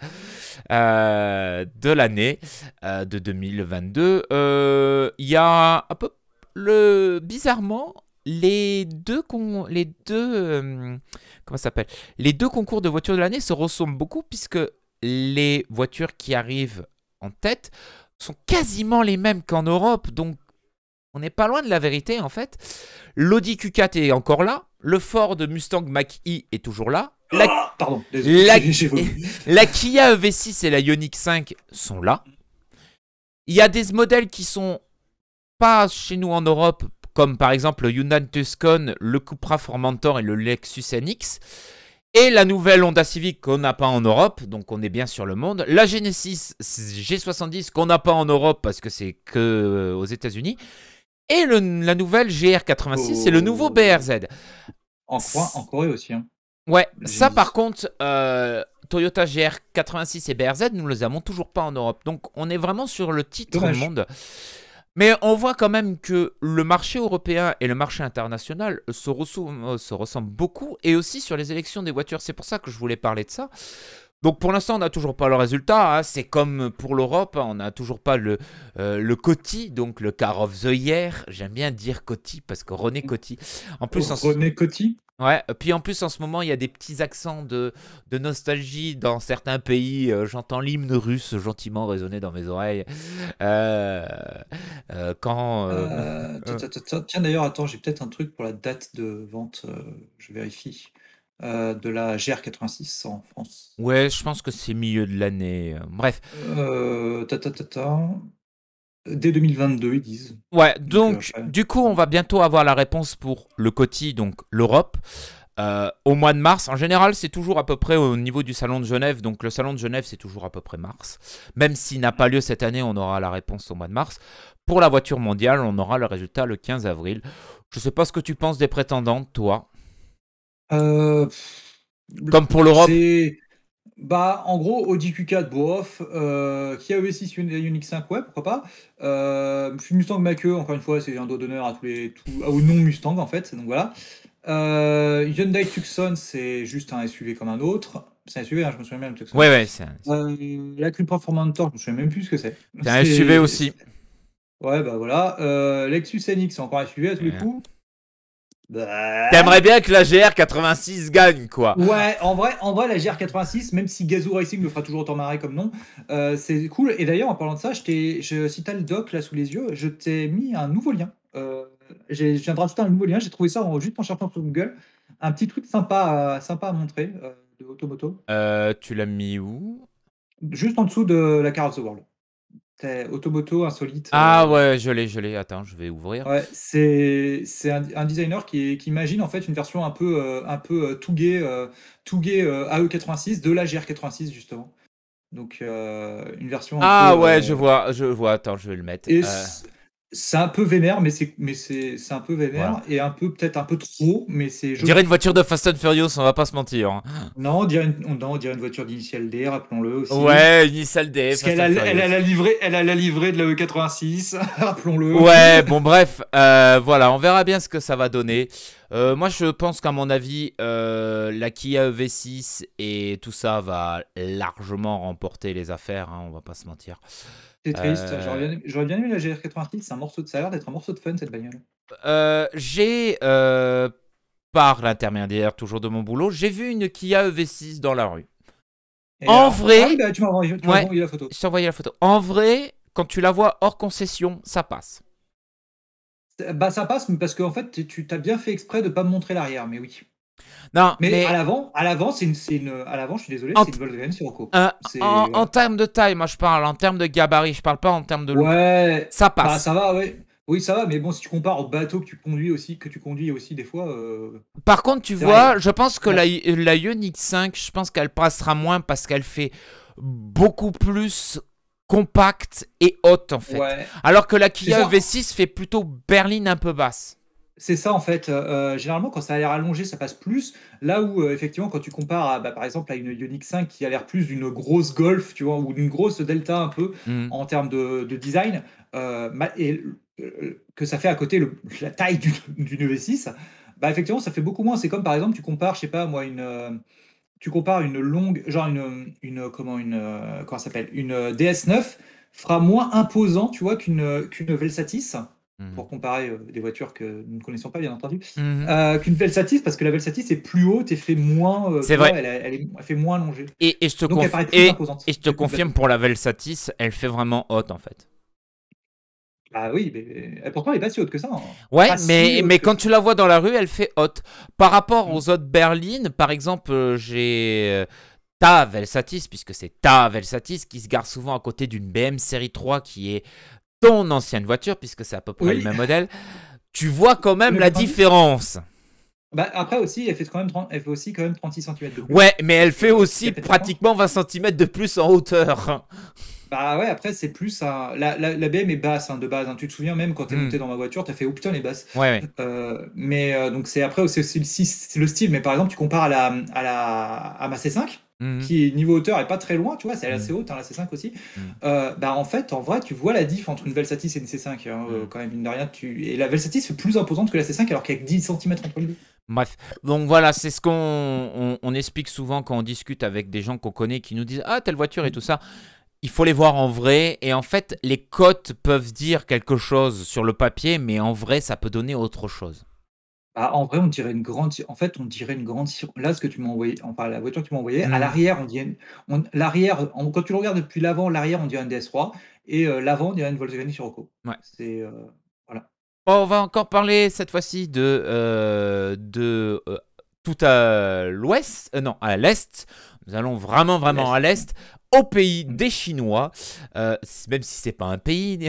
euh, de l'année euh, de deux mille vingt-deux. Euh, Il y a un peu le bizarrement les deux con... les deux euh, comment ça s'appelle les deux concours de voitures de l'année se ressemblent beaucoup puisque les voitures qui arrivent en tête sont quasiment les mêmes qu'en Europe, donc on n'est pas loin de la vérité en fait. L'Audi Q quatre est encore là. Le Ford Mustang Mach-E est toujours là. La, Ah, pardon, désolé, la, j'ai- j'ai vomi. la Kia E V six et la Ioniq cinq sont là. Il y a des modèles qui sont pas chez nous en Europe, comme par exemple le Hyundai Tucson, le Cupra Formentor et le Lexus N X. Et la nouvelle Honda Civic qu'on n'a pas en Europe, donc on est bien sur le monde. La Genesis G soixante-dix qu'on n'a pas en Europe parce que c'est que euh, aux États-Unis. Et le, la nouvelle G R quatre-vingt-six, c'est le nouveau B R Z. En, Corée, en Corée aussi. Hein. Ouais, Le ça Genesis. par contre, euh, Toyota G R quatre-vingt-six et B R Z, nous les avons toujours pas en Europe. Donc on est vraiment sur le titre Dommage. monde. Mais on voit quand même que le marché européen et le marché international se, ressemblent, se ressemblent beaucoup, et aussi sur les élections des voitures. C'est pour ça que je voulais parler de ça. Donc pour l'instant, on n'a toujours pas le résultat. Hein. C'est comme pour l'Europe, hein, on n'a toujours pas le, euh, le COTY, donc le Car of the Year. J'aime bien dire COTY parce que René Coty. En plus, en... René Coty. Ouais, puis en plus en ce moment il y a des petits accents de, de nostalgie dans certains pays. Euh, J'entends l'hymne russe gentiment résonner dans mes oreilles. Euh, euh, quand. euh, Euh, ta, euh, ta, ta, ta. Tiens, d'ailleurs, attends, j'ai peut-être un truc pour la date de vente, euh, je vérifie, euh, de la G R quatre-vingt-six en France. ouais, je pense que c'est milieu de l'année. euh, Bref. Euh, ta, ta, ta, ta. Dès deux mille vingt-deux, ils disent. Ouais, Donc, euh, donc après. du coup on va bientôt avoir la réponse pour le COTY, donc l'Europe. Euh, au mois de mars, en général, c'est toujours à peu près au niveau du salon de Genève. Donc le salon de Genève, c'est toujours à peu près mars. Même s'il n'a pas lieu cette année, on aura la réponse au mois de mars. Pour la voiture mondiale, on aura le résultat le quinze avril. Je sais pas ce que tu penses des prétendantes, toi. Euh, Comme pour l'Europe. C'est. Bah, en gros, Audi Q quatre, bof. Euh, Kia E V six, Ioniq cinq, ouais, pourquoi pas. Euh, Mustang Mach-E, encore une fois, c'est un dos d'honneur à tous les. Tout, aux non-Mustang, en fait. Donc voilà. Euh, Hyundai Tucson, c'est juste un S U V comme un autre. C'est un S U V, hein, je me souviens bien, le Tucson. Ouais, ouais, c'est un, Euh, la Cupra Formentor, je me souviens même plus ce que c'est. c'est un S U V aussi. Ouais, bah voilà. Euh, Lexus N X, c'est encore un S U V à tous les Ouais. coups. Bah... T'aimerais bien que la G R quatre-vingt-six gagne, quoi. Ouais, en vrai, en vrai, la G R quatre-vingt-six, même si Gazoo Racing me fera toujours autant marrer comme nom, euh, c'est cool. Et d'ailleurs, en parlant de ça, je t'ai, je, si t'as le doc là sous les yeux, je t'ai mis un nouveau lien. Euh, j'ai- je viens de rajouter un nouveau lien. J'ai trouvé ça en, juste en cherchant sur Google. Un petit truc sympa, à, sympa à montrer euh, de Automoto. Euh, tu l'as mis où? Juste en dessous de la Car of the World. C'est Automoto insolite. Ah euh, ouais, je l'ai, je l'ai. Attends, je vais ouvrir. Ouais, c'est c'est un, un designer qui, est- qui imagine en fait une version un peu euh, un peu euh, touguée euh, touguée euh, A E quatre-vingt-six de la G R quatre-vingt-six justement. Donc euh, une version un Ah peu ouais, je euh, vois, je vois. Attends, je vais le mettre. et Euh, c- c'est un peu vénère, mais c'est mais c'est c'est un peu voilà. vénère et un peu peut-être un peu trop, mais c'est Je dirais joli. une voiture de Fast and Furious, on va pas se mentir. hein. Non, on dirait une, on, non, on dirait une voiture d'initial D, rappelons-le aussi. Ouais, une Nissan D, Parce Fast qu'elle a, and elle a Furious. la livrée, elle a la livrée de la E quatre-vingt-six, rappelons-le. Ouais, bon bref, euh, voilà, on verra bien ce que ça va donner. Euh, moi, je pense qu'à mon avis, euh, la Kia E V six et tout ça va largement remporter les affaires, hein, on va pas se mentir. C'est triste. Euh, J'aurais bien, j'aurais bien aimé la G R quatre-vingt-six. C'est un morceau de, ça a l'air d'être un morceau de fun cette bagnole. euh, j'ai, euh, par l'intermédiaire toujours de mon boulot, j'ai vu une Kia E V six dans la rue. Et En alors- vrai- Ah oui, bah, tu m'as envoyé, tu m'as Ouais. envoyé la photo. Je t'ai envoyé la photo. En vrai, quand tu la vois hors concession, ça passe. Bah ça passe, mais parce qu'en fait, tu- tu t'as bien fait exprès de pas me montrer l'arrière, mais oui. Non, Mais, mais à l'avant, à l'avant, c'est une, c'est une, à l'avant, je suis désolé, En c'est une Volkswagen Sirocco. euh, C'est en, voilà. en termes de taille, moi je parle, en termes de gabarit, je parle pas en termes de look. Ouais, Ça bah passe. ça va, ouais. Oui, ça va, mais bon, si tu compares au bateau que tu conduis aussi, que tu conduis aussi des fois, euh, Par contre, tu C'est vois, vrai. je pense que Ouais. la, la Ioniq cinq, je pense qu'elle passera moins parce qu'elle fait beaucoup plus compacte et haute en fait. ouais. Alors que la C'est Kia ça. E V six fait plutôt berline un peu basse. C'est ça en fait. Euh, généralement, quand ça a l'air allongé, ça passe plus. Là où, euh, effectivement, quand tu compares à, bah, par exemple à une Ioniq cinq qui a l'air plus d'une grosse Golf, tu vois, ou d'une grosse Delta un peu Mhm. en termes de, de design, euh, ma- et euh, que ça fait à côté le- la taille d'une d'une E V six, bah effectivement, ça fait beaucoup moins. C'est comme par exemple, tu compares, je sais pas moi, une, euh, tu compares une longue, genre une, une comment une, euh, comment ça s'appelle, une euh, D S neuf fera moins imposant, tu vois, qu'une qu'une Velsatis Mhm. pour comparer euh, des voitures que nous ne connaissons pas, bien entendu, Mhm. euh, qu'une Velsatis, parce que la Velsatis est plus haute et fait moins, euh, C'est tu vois, vrai. elle, elle est- elle fait moins allongée. Et, et je te, Donc elle conf- paraît plus et, imposante. et je te Elle est plus confirme belle. pour la Velsatis, elle fait vraiment haute en fait. Ah oui, mais, mais pourtant elle est pas si haute que ça. hein. Ouais, Pas si mais, haute mais que quand ça. tu la vois dans la rue, elle fait haute. Par rapport Mm. aux autres berlines, par exemple, euh, j'ai euh, ta Velsatis, puisque c'est ta Velsatis qui se gare souvent à côté d'une B M série trois qui est ton ancienne voiture, puisque c'est à peu près Oui. le même modèle. Tu vois quand même Le la quatre-vingt-dix. différence. Bah, après aussi, elle fait quand même trente, elle fait aussi quand même trente-six centimètres de plus. Ouais, mais elle fait Euh, aussi il y a peut-être pratiquement vingt centimètres de plus en hauteur. Bah ouais, après c'est plus un... la, la, la B M est basse hein, de base. hein. Tu te souviens même quand t'es Mm. monté dans ma voiture, t'as fait oh putain les basses. Ouais, ouais. Euh, mais euh, donc c'est après c'est aussi le, c'est le style. Mais par exemple, tu compares à la à la à ma C cinq. Mhm. qui niveau hauteur est pas très loin, tu vois, c'est assez Mhm. haute, hein, la C cinq aussi. Mhm. Euh, bah en fait, en vrai, tu vois la diff entre une Velsatis et une C cinq, hein, euh, Mhm. quand même, mine de rien. Tu... Et la Velsatis est plus imposante que la C cinq, alors qu'il y a que dix centimètres entre les deux. Bref, donc voilà, c'est ce qu'on on, on explique souvent quand on discute avec des gens qu'on connaît qui nous disent « Ah, telle voiture et tout ça ». Il faut les voir en vrai, et en fait, les cotes peuvent dire quelque chose sur le papier, mais en vrai, ça peut donner autre chose. Bah, en vrai, on dirait une grande en fait, on dirait une grande cir là, ce que tu m'as envoyé, enfin, la voiture que tu m'as envoyée, à Mhm. l'arrière, on dirait une on l'arrière, en quand tu le regardes depuis l'avant, l'arrière, on dirait une D S trois et heu, l'avant, on dirait une Volkswagen Scirocco. Ouais. C'est, heu, voilà. On va encore parler cette fois-ci de, euh, de euh, tout à l'ouest, euh, non, à l'est. Nous allons vraiment, À vraiment l'est. à l'est, au pays Mmh. des Chinois, euh, même si c'est pas un pays,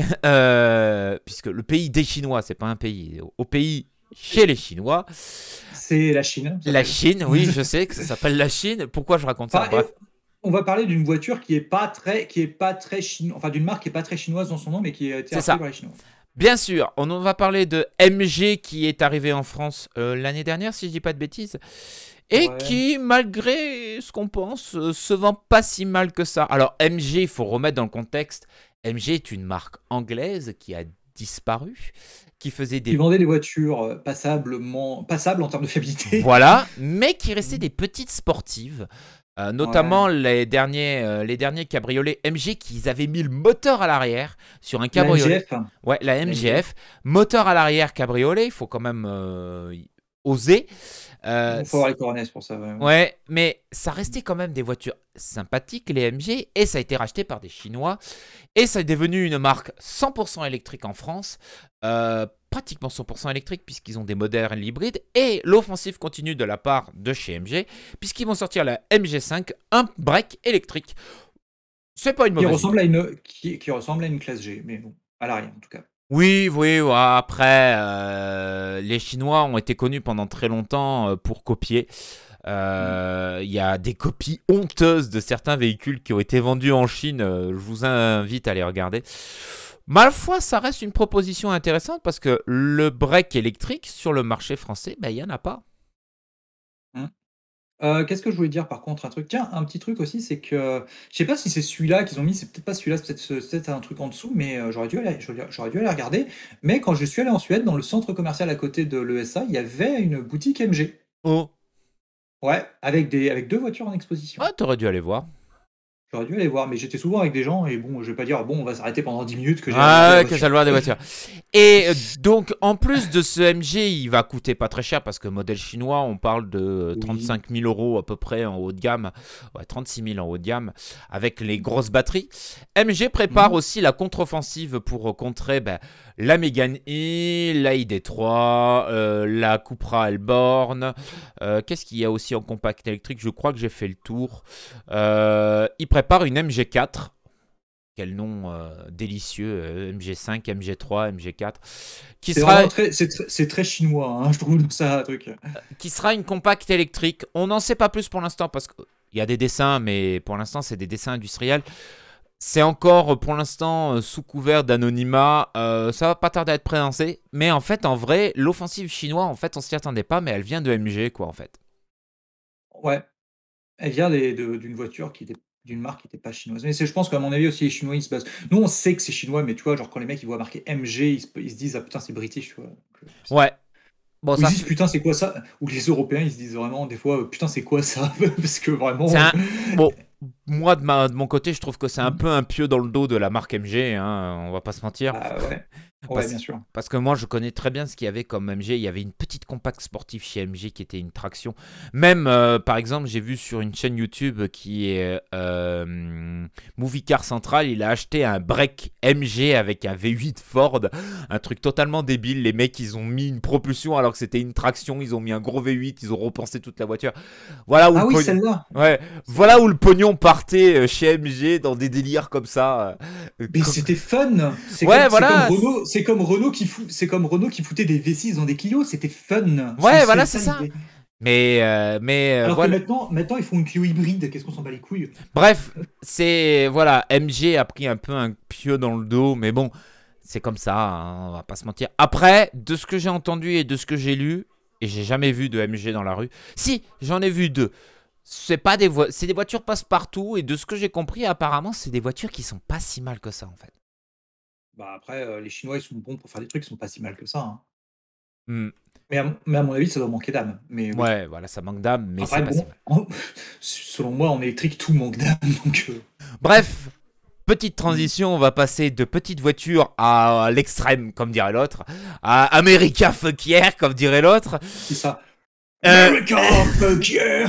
euh, puisque le pays des Chinois, c'est pas un pays, au pays chez les Chinois. C'est la Chine, ça La s'appelle. Chine, oui, je sais que ça s'appelle la Chine. Pourquoi je raconte ça? Enfin, et Bref. on va parler d'une voiture qui est pas très qui est pas très chino enfin, d'une marque qui est pas très chinoise dans son nom, mais qui a été C'est rachetée ça. par les Chinois. Bien sûr, on en va parler de M G qui est arrivé en France euh, l'année dernière, si je dis pas de bêtises, et Ouais. qui, malgré ce qu'on pense, euh, se vend pas si mal que ça. Alors M G, il faut remettre dans le contexte, M G est une marque anglaise qui a disparu, qui faisait Qui des... vendait des voitures, heu, passablement passables en termes de fiabilité. Voilà, mais qui restait Mmh. des petites sportives. Euh, Ouais. notamment les derniers, euh, les derniers cabriolets M G qu'ils avaient mis le moteur à l'arrière sur un La cabriolet. M G F, Ouais, la la M G F. M G F, moteur à l'arrière cabriolet, il faut quand même euh, y- oser. Euh, Il faut avoir les coronets pour ça, ouais, ouais. ouais, mais ça restait quand même des voitures sympathiques, les M G, et ça a été racheté par des Chinois. Et ça est devenu une marque cent pour cent électrique en France, euh, pratiquement cent pour cent électrique puisqu'ils ont des modèles hybrides. Et l'offensive continue de la part de chez M G, puisqu'ils vont sortir la M G cinq, un break électrique. C'est pas une Qui mauvaise idée. ressemble à une qui qui ressemble à une classe G, mais bon, à l'arrière en tout cas. Oui, oui, ouais, après, euh, les Chinois ont été connus pendant très longtemps euh, pour copier. Mmh. Euh, Il y a des copies honteuses de certains véhicules qui ont été vendus en Chine. euh, je vous invite à les regarder. Ma foi, ça reste une proposition intéressante parce que le break électrique sur le marché français, ben, il n'y en a pas. Mmh. Heu, qu'est-ce que je voulais dire par contre? Un truc tiens, un petit truc aussi, c'est que je sais pas si c'est celui-là qu'ils ont mis, c'est peut-être pas celui-là, c'est peut-être ce c'est peut-être un truc en dessous, mais heu, j'aurais dû aller j'aurais j'aurais dû aller regarder. Mais quand je suis allé en Suède, dans le centre commercial à côté de l'E S A, il y avait une boutique M G. Oh, Ouais, avec des avec deux voitures en exposition. ah, t'aurais dû aller voir. J'aurais dû aller voir, mais j'étais souvent avec des gens et bon, je vais pas dire: «Bon, on va s'arrêter pendant dix minutes que j'ai regardé Ah, la ouais, que voiture». ça le voir des voitures. Et euh, donc, en plus de ce M G, il va coûter pas très cher parce que modèle chinois, on parle de Oui. trente-cinq mille euros à peu près en haut de gamme, ouais, trente-six mille en haut de gamme, avec les grosses batteries. M G prépare Mmh. aussi la contre-offensive pour contrer ben, la Mégane E, la I D trois, euh, la Cupra Elborn. Euh, Qu'est-ce qu'il y a aussi en compact électrique? Je crois que j'ai fait le tour. Euh, il prépare une M G quatre. Quel nom euh, délicieux, euh, M G cinq, M G trois, M G quatre, qui C'est sera, vraiment très c'est tr c'est très chinois, hein, je trouve ça un truc. qui sera une compacte électrique. On n'en sait pas plus pour l'instant parce qu'il y a des dessins, mais pour l'instant, c'est des dessins industriels. C'est encore pour l'instant euh, sous couvert d'anonymat. Euh, ça va pas tarder à être présenté. Mais en fait, en vrai, l'offensive chinoise, en fait, on s'y attendait pas, mais elle vient de M G, quoi, en fait. Ouais, elle vient des de d'une voiture qui était d'une marque qui était pas chinoise. Mais c'est je pense qu'à mon avis aussi les Chinois, ils se basent nous on sait que c'est chinois, mais tu vois, genre quand les mecs ils voient marqué M G, ils se ils se disent: «Ah putain, c'est british», tu vois? Donc, heu, c'est Ouais. Bon, ou ils ça se disent: fait. «Putain, c'est quoi ça?» Ou les Européens, ils se disent vraiment des fois: «Putain, c'est quoi ça?» Parce que C'est vraiment, heu un. Bon, moi, de, ma, de mon côté, je trouve que c'est un mmh, peu un pieu dans le dos de la marque M G, hein, on va pas se mentir. bah, ouais. Ouais, bien Parce, sûr. parce que moi, je connais très bien ce qu'il y avait comme M G. Il y avait une petite compacte sportive chez M G qui était une traction. Même, euh, par exemple, j'ai vu sur une chaîne YouTube qui est euh, Movie Car Central, il a acheté un break M G avec un V huit Ford. Un truc totalement débile. Les mecs, ils ont mis une propulsion alors que c'était une traction. Ils ont mis un gros V huit. Ils ont repensé toute la voiture. Voilà où le Ah oui, pognon. celle-là! Ouais, Celle-là. voilà où le pognon partait euh, chez M G dans des délires comme ça. euh, Mais co- c'était fun! C'est Ouais, comme c'est comme voilà. Renault c'est comme Renault qui fout c'est comme Renault qui foutait des V six dans des Clio, c'était fun! C'est Ouais, c'est voilà, c'est ça ça. l'idée. Mais, euh, mais euh, Alors que voilà. maintenant maintenant ils font une Clio hybride, qu'est-ce qu'on s'en bat les couilles? Bref, c'est. Voilà, M G a pris un peu un pieu dans le dos, mais bon, c'est comme ça, hein, on va pas se mentir. Après, de ce que j'ai entendu et de ce que j'ai lu, et j'ai jamais vu de M G dans la rue. Si, j'en ai vu deux. c'est pas des vo- c'est des voitures passe-partout et de ce que j'ai compris, apparemment, c'est des voitures qui sont pas si mal que ça en fait. Bah, après, heu, les Chinois, ils sont bons pour faire des trucs, ils sont pas si mal que ça, hein. Hmm. Mais à mon mais à mon avis, ça doit manquer d'âme, mais oui. Ouais, voilà, ça manque d'âme, mais c'est Après pas si bon, mal. en selon moi, en électrique, tout manque d'âme, donc heu, Bref, petite mmh, transition, on va passer de petite voiture à l'extrême, comme dirait l'autre, à America Fuck Yeah, comme dirait l'autre. c'est ça. Euh, America, fuck yeah!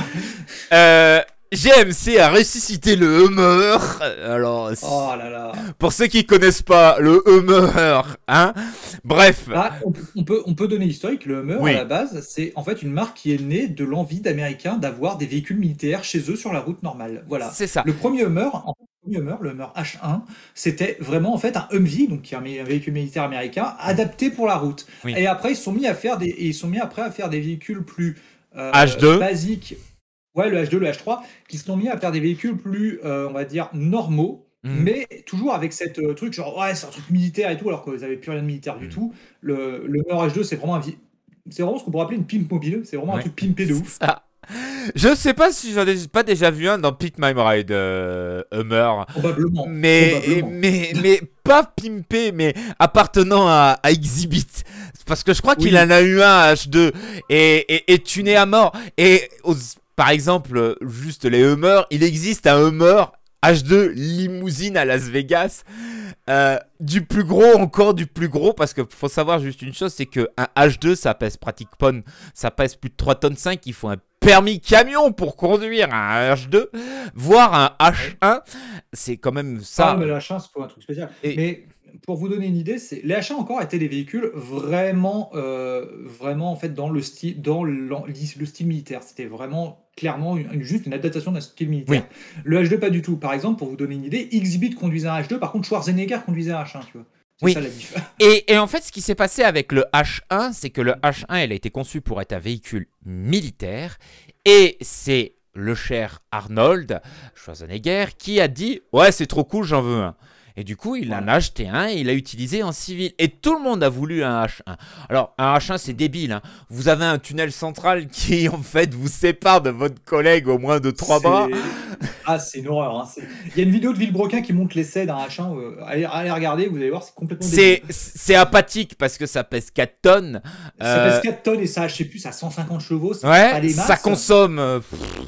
euh, G M C a ressuscité le Hummer. Alors, Oh là là. pour ceux qui connaissent pas le Hummer, hein. Bref, Ah, on peut on peut on peut donner l'historique. Le Hummer, à oui, la base, c'est en fait une marque qui est née de l'envie d'Américains d'avoir des véhicules militaires chez eux sur la route normale. Voilà. c'est ça. Le premier Hummer, en fait, le premier Hummer, le Hummer H un, c'était vraiment en fait un Humvee, donc qui est un un véhicule militaire américain adapté pour la route. Oui. Et après, ils se sont mis à faire des et ils sont mis après à faire des véhicules plus, heu, H deux. basiques. Ouais, le H deux, le H trois, qui se sont mis à faire des véhicules plus, heu, on va dire normaux, Mhm. mais toujours avec cette, heu, truc genre: «Ouais, c'est un truc militaire et tout», alors qu'ils avaient plus rien de militaire du Mhm. tout. Le le Hummer H deux, c'est vraiment un vi c'est vraiment ce qu'on pourrait appeler une pimp mobile, c'est vraiment un Ouais. truc pimpé de C'est ouf. ça. Je sais pas si j'en ai pas déjà vu un dans Pit My Ride euh, Hummer, Probablement, mais, probablement. mais, mais pas pimpé, mais appartenant à, à Exhibit. Parce que je crois qu'il Oui. en a eu un H deux et, et, et tuné à mort. Et aux- par exemple, juste les Hummers, il existe un Hummer H deux limousine à Las Vegas. Euh, du plus gros, encore du plus gros, parce que faut savoir juste une chose, c'est que un H deux, ça pèse pratiquement, ça pèse plus de trois tonnes cinq, il faut un permis camion pour conduire un H deux, voire un H un, c'est quand même Ah, ça. mais le H un, c'est pas un truc spécial. Et Mais pour vous donner une idée, c'est les H un encore étaient des véhicules vraiment, heu, vraiment en fait dans le style dans l'en lis le style militaire. C'était vraiment clairement une une juste une adaptation d'un style militaire. oui. Le H deux, pas du tout. Par exemple, pour vous donner une idée, Exhibit conduisait un H deux, par contre Schwarzenegger conduisait un H un, tu vois? C'est Oui. ça la diff. Et, et en fait, ce qui s'est passé avec le H un, c'est que le H un, il a été conçu pour être un véhicule militaire. Et c'est le cher Arnold Schwarzenegger qui a dit « Ouais, c'est trop cool, j'en veux un ». Et du coup, il en a Voilà. acheté un et il l'a utilisé en civil. Et tout le monde a voulu un H un. Alors, un H un, c'est débile, hein. Vous avez un tunnel central qui, en fait, vous sépare de votre collègue au moins de trois bras. C'est ah, c'est une horreur, hein. C'est il y a une vidéo de Villebrequin qui montre l'essai d'un H un, heu, allez allez regarder, vous allez voir, c'est complètement débile. C'est c'est apathique parce que ça pèse quatre tonnes. Ça pèse Euh, quatre tonnes et ça, je sais plus, ça a cent cinquante chevaux, c'est pas ouais, des ça masses. consomme euh,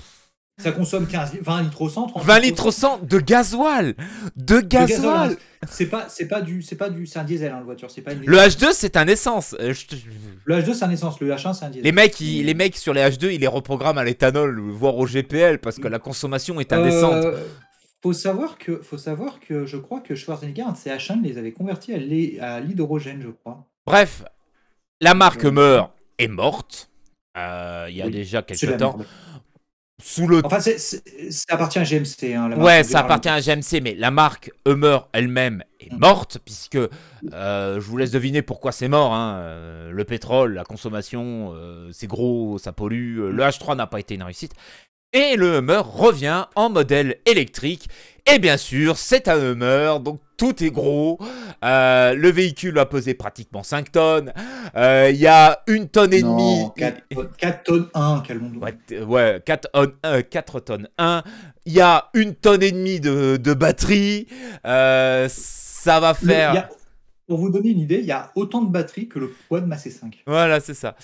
Ça consomme quinze vingt litres au cent, trente vingt litres litres au au cent de gasoil. De De gasoil, hein. gasoil. C'est pas, c'est pas du, c'est pas du, c'est un diesel, hein, la voiture, c'est pas une Le essence. H deux, c'est un essence. Euh, je te- Le H deux, c'est un essence, le H un, c'est un diesel. Les mecs, ils- Mais- les mecs sur les H deux, ils les reprogramment à l'éthanol, voire au G P L, parce que la consommation est indécente. Euh, faut savoir que, faut savoir que je crois que Schwarzenegger, un de ses H un, les avait convertis à l'hé- à l'hydrogène, je crois. Bref, la marque Euh, Hummer est morte. Euh, Il y a Oui, déjà c'est quelques la temps. merde. Sous le Enfin, c'est, c'est- ça appartient à G M C, hein, la marque, Ouais, on ça verra appartient le- à G M C, mais la marque Hummer elle-même est Mm. morte, puisque euh, je vous laisse deviner pourquoi c'est mort. Hein. Euh, le pétrole, la consommation, euh, c'est gros, ça pollue. Euh, Le H trois n'a pas été une réussite. Et le Hummer revient en modèle électrique. Et bien sûr, c'est un Hummer, donc tout est gros. Euh, le véhicule va peser pratiquement cinq tonnes. Euh, Il y a une tonne et demie. Non, quatre tonnes un, calmons-nous. Ouais, t- ouais quatre, tonnes, euh, quatre tonnes un. Il y a une tonne et demie de, de batterie. Euh, ça va Le- il faire. y a- pour vous donner une idée, il y a autant de batterie que le poids de ma C cinq. Voilà, c'est ça.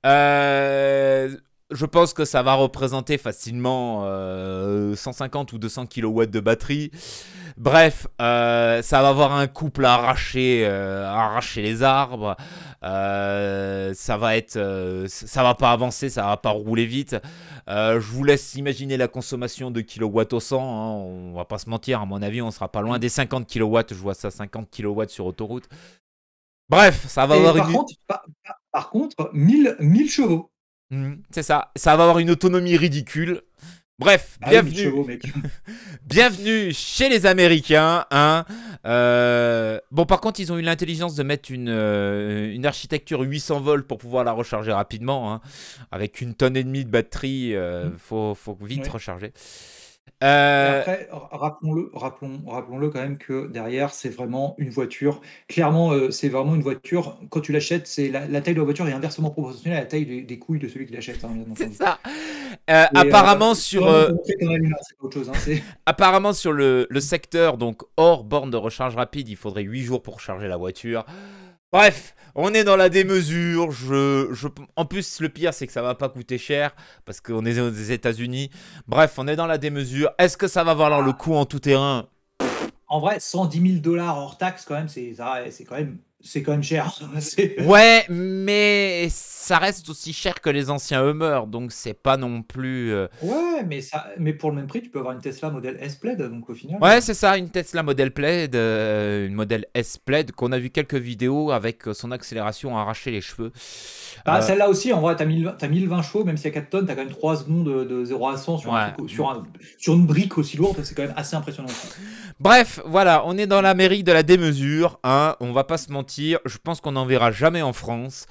Euh, je pense que ça va représenter facilement euh, cent cinquante ou deux cents kilowatts de batterie. Bref, euh, ça va avoir un couple à arracher, euh, à arracher les arbres. Euh, ça va être, euh, ça va pas avancer, ça va pas rouler vite. Euh, je vous laisse imaginer la consommation de kilowatts au cent. Hein, on va pas se mentir, à mon avis, on sera pas loin des cinquante kilowatts. Je vois ça, cinquante kilowatts sur autoroute. Bref, ça va Et avoir par une. contre, par, par- par contre, mille, mille chevaux. Mhm, c'est ça, ça va avoir une autonomie ridicule. Bref, Ah oui, mille bienvenue, chevaux, mec. bienvenue chez les Américains. Hein. Euh, Bon, par contre, ils ont eu l'intelligence de mettre une, euh, une architecture huit cents volts pour pouvoir la recharger rapidement. Hein. Avec une tonne et demie de batterie, euh, Mhm. faut, faut vite Ouais. recharger. Et Euh, après, ra- rappelons-le, rappelons, rappelons-le quand même que derrière, c'est vraiment une voiture. Clairement, euh, c'est vraiment une voiture. Quand tu l'achètes, c'est la, la taille de la voiture est inversement proportionnelle à la taille des, des couilles de celui qui l'achète, hein, bien c'est entendu. ça. Euh, Et, apparemment euh, sur, vraiment euh, pour montrer qu'on a l'humain, c'est pas autre chose. Hein, c'est- apparemment sur le, le secteur, donc hors borne de recharge rapide, il faudrait huit jours pour charger la voiture. Bref, on est dans la démesure. Je, je, en plus, le pire, c'est que ça va pas coûter cher parce qu'on est aux États-Unis. Bref, on est dans la démesure. Est-ce que ça va valoir le Ah, coup en tout terrain? en vrai, cent dix mille dollars hors taxe, quand même, c'est ça- c'est quand même, c'est quand même cher. C'est- Ouais, mais ça reste aussi cher que les anciens Hummer, donc c'est pas non plus. euh, Ouais, mais ça, mais pour le même prix, tu peux avoir une Tesla modèle S-Plaid, donc au final. Ouais, euh, c'est ça, une Tesla Model Plaid, euh, une modèle S Plaid, qu'on a vu quelques vidéos avec euh, son accélération à arracher les cheveux. Bah, Euh, celle-là aussi, en vrai, t'as mille, t'as mille vingt chevaux, même s'il y a quatre tonnes, t'as quand même trois secondes de, de zéro à cent sur un ouais. truc, sur un, sur une brique aussi lourde, c'est quand même assez impressionnant. Bref, voilà, on est dans la mairie de la démesure, hein, on va pas se mentir, je pense qu'on n'en verra jamais en France.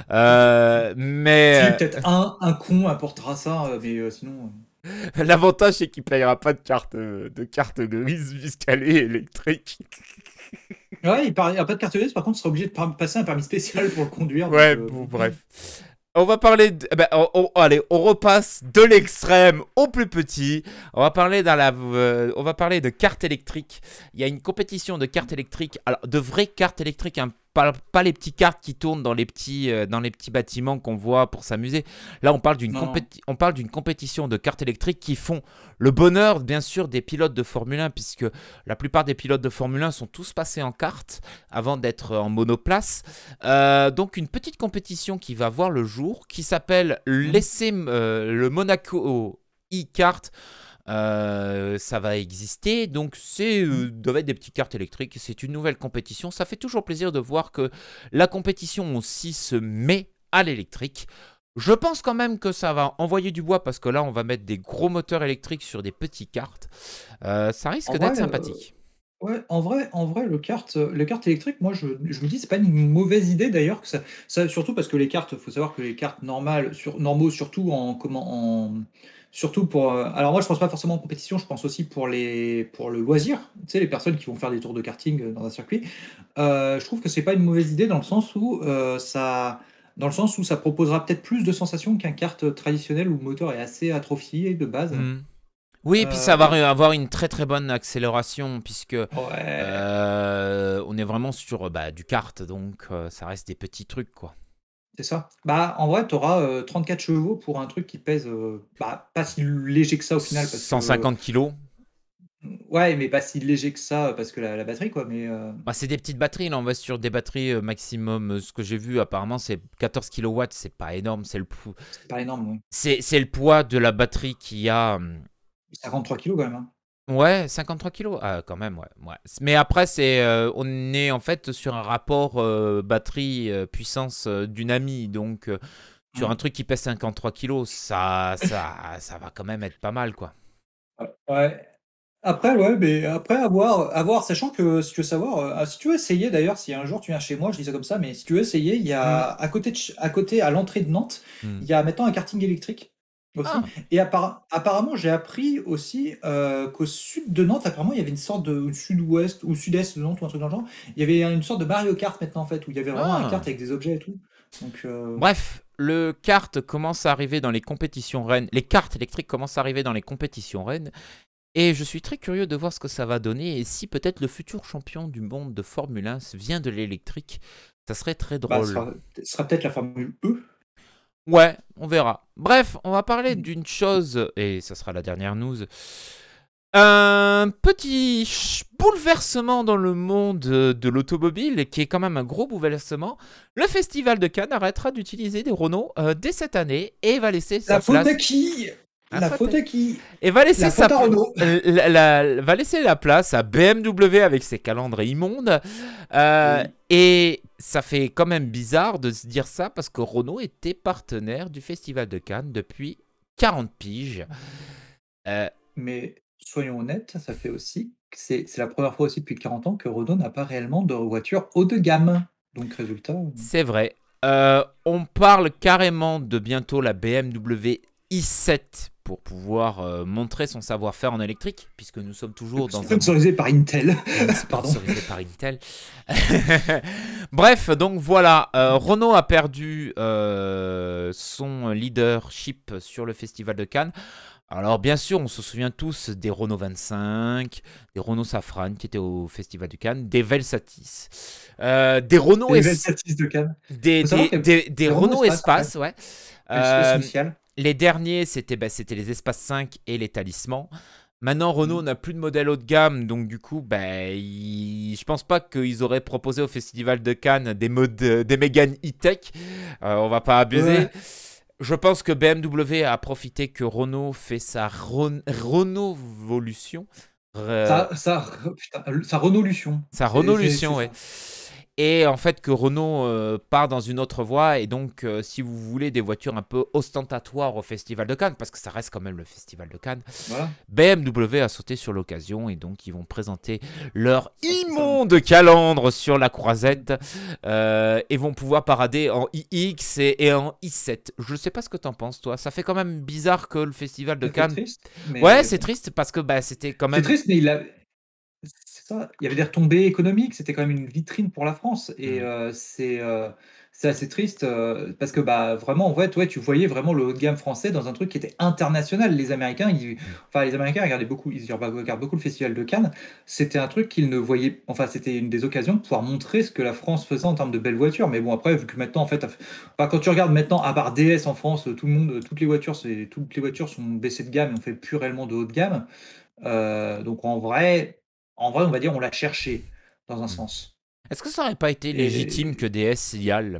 Euh, Si, mais peut-être un, un con apportera ça, euh, mais euh, sinon. euh, l'avantage c'est qu'il payera pas de carte, euh, de carte grise puisqu'elle est électrique. euh. Ouais, il n'y a pas de carte grise, par contre, tu seras obligé de par- passer un permis spécial pour le conduire. Ouais, donc, euh, bon, bref. On va parler. De... eh ben, on- on- allez, on repasse de l'extrême au plus petit. On va parler dans la. euh, on va parler de cartes électriques. Il y a une compétition de cartes électriques. Alors, de vraies cartes électriques, hein, pas, pas les petites cartes qui tournent dans les petits, euh, dans les petits bâtiments qu'on voit pour s'amuser. Là, on parle d'une Non. compéti- on parle d'une compétition de cartes électriques qui font le bonheur, bien sûr, des pilotes de Formule un, puisque la plupart des pilotes de Formule un sont tous passés en carte avant d'être en monoplace. Euh, donc une petite compétition qui va voir le jour, qui s'appelle l'essai, euh, le Monaco e-kart. Euh, ça va exister, donc c'est euh, doivent être des petites cartes électriques. C'est une nouvelle compétition. Ça fait toujours plaisir de voir que la compétition aussi se met à l'électrique. Je pense quand même que ça va envoyer du bois parce que là on va mettre des gros moteurs électriques sur des petites cartes. Euh, ça risque En d'être vrai, sympathique. Ouais, en vrai, en vrai, le kart, euh, le kart électrique, moi, je, je me dis, c'est pas une mauvaise idée d'ailleurs que ça, ça, surtout parce que les cartes, faut savoir que les cartes normales, sur, normaux, surtout en, comment, en, surtout pour, euh, alors moi, je pense pas forcément en compétition, je pense aussi pour les, pour le loisir, tu sais, les personnes qui vont faire des tours de karting euh, dans un circuit. Euh, je trouve que c'est pas une mauvaise idée dans le sens où euh, ça, dans le sens où ça proposera peut-être plus de sensations qu'un kart traditionnel où le moteur est assez atrophié de base. Hmm. Oui, et puis ça Euh, va et- avoir une très très bonne accélération puisque ouais. euh, on est vraiment sur bah, du kart, donc euh, ça reste des petits trucs quoi. C'est ça. Bah, en vrai, tu auras trente-quatre chevaux pour un truc qui pèse euh, bah, pas si léger que ça au final, parce cent que. cinquante kilos. Ouais, mais pas si léger que ça, parce que la, la batterie, quoi. Mais euh, Bah, c'est des petites batteries, là on va sur des batteries euh, maximum. euh, Ce que j'ai vu apparemment c'est quatorze kilowatts, c'est pas énorme, c'est le, pou- c'est pas énorme, ouais. c'est, c'est le poids de la batterie qui a. hum, cinquante-trois kilos quand même. Hein. Ouais, cinquante-trois kilos. Ah, quand même, ouais. ouais. Mais après, c'est, euh, on est en fait sur un rapport euh, batterie euh, puissance euh, d'une amie. Donc, euh, sur Mm. un truc qui pèse cinquante-trois kilos, ça, ça, ça va quand même être pas mal, quoi. Ouais. Après, ouais, mais après, avoir, avoir, sachant que si tu veux savoir, euh, ah, si tu veux essayer d'ailleurs, si un jour tu viens chez moi, je dis ça comme ça, mais si tu veux essayer, il y Hmm. a à côté, de ch- à côté, à l'entrée de Nantes, Hmm. il y a maintenant un karting électrique aussi. Ah, Et appara- apparemment, j'ai appris aussi euh, qu'au sud de Nantes, apparemment, il y avait une sorte de ou sud-ouest ou sud-est de Nantes ou un truc dans le genre. Il y avait une sorte de Mario Kart maintenant en fait, où il y avait vraiment un ah. kart avec des objets et tout. Donc, euh, Bref, le kart commence à arriver dans les compétitions reines. Les cartes électriques commencent à arriver dans les compétitions reines. Et je suis très curieux de voir ce que ça va donner et si peut-être le futur champion du monde de Formule un vient de l'électrique. Ça serait très bah, ce drôle. sera, ce sera peut-être la Formule E. Ouais, on verra. Bref, on va parler d'une chose, et ça sera la dernière news. Un petit ch- bouleversement dans le monde de l'automobile, qui est quand même un gros bouleversement. Le Festival de Cannes arrêtera d'utiliser des Renault euh, dès cette année et va laisser sa La faute place. à qui? La La faute faute à qui? Et va laisser La sa faute à pla- Renault. euh, la, la- va laisser la place à B M W avec ses calendriers immondes. Euh, Oui. Et ça fait quand même bizarre de se dire ça parce que Renault était partenaire du Festival de Cannes depuis quarante piges. Euh, Mais soyons honnêtes, ça fait aussi que c'est c'est la première fois aussi depuis quarante ans que Renault n'a pas réellement de voiture haut de gamme. Donc résultat, euh, c'est vrai. Euh, on parle carrément de bientôt la B M W i sept pour pouvoir euh, montrer son savoir-faire en électrique, puisque nous sommes toujours dans un... Sponsorisé par Intel. Pardon. Sponsorisé par Intel. Bref, donc voilà, euh, Renault a perdu euh, son leadership sur le Festival de Cannes. Alors bien sûr, on se souvient tous des Renault vingt-cinq, des Renault Safran qui étaient au Festival de Cannes, des Velsatis, euh, des Renault Les es- Velsatis de Cannes. des, Faut savoir des, qu'il y a des, des des Renault Renault Espace, Espace, ouais. L'espace Euh, initial. les derniers, c'était bah, c'était les Espace cinq et les Talisman. Maintenant, Renault Mhm. n'a plus de modèle haut de gamme, donc du coup, bah, il- je pense pas qu'ils auraient proposé au Festival de Cannes des, modes, des Mégane e-tech. Euh, on va pas abuser. Ouais. Je pense que B M W a profité que Renault fait sa Ren- Renault-volution. Re- Ça, ça, putain, sa Renault-lution. sa C'est- c'est- Renault-lution, c'est ouais. ça. Et en fait que Renault euh, part dans une autre voie. Et donc, euh, si vous voulez des voitures un peu ostentatoires au Festival de Cannes, parce que ça reste quand même le Festival de Cannes, Voilà. B M W a sauté sur l'occasion et donc ils vont présenter leur c'est ça. immonde calandre sur la croisette euh, et vont pouvoir parader en i x et, et en i sept. Je sais pas ce que t'en penses, toi. Ça fait quand même bizarre que le Festival de Ça fait Cannes... triste. Mais Ouais, c'est bon. triste parce que bah, c'était quand C'est même... triste, mais il a. C'est ça. Il y avait des retombées économiques. C'était quand même une vitrine pour la France. Et Mm. euh, c'est euh, c'est assez triste euh, parce que bah vraiment en fait ouais tu voyais vraiment le haut de gamme français dans un truc qui était international. Les Américains, ils, enfin les Américains regardaient beaucoup, ils regardent beaucoup le Festival de Cannes. C'était un truc qu'ils ne voyaient, enfin c'était une des occasions de pouvoir montrer ce que la France faisait en termes de belles voitures. Mais bon après vu que maintenant en fait, enfin, quand tu regardes maintenant à part D S en France, tout le monde, toutes les voitures, c'est toutes les voitures sont baissées de gamme et on fait plus réellement de haut de gamme. Euh, donc en vrai, en vrai on va dire on l'a cherché dans un Mm. sens. Est-ce que ça aurait pas été légitime Et que D S y aille?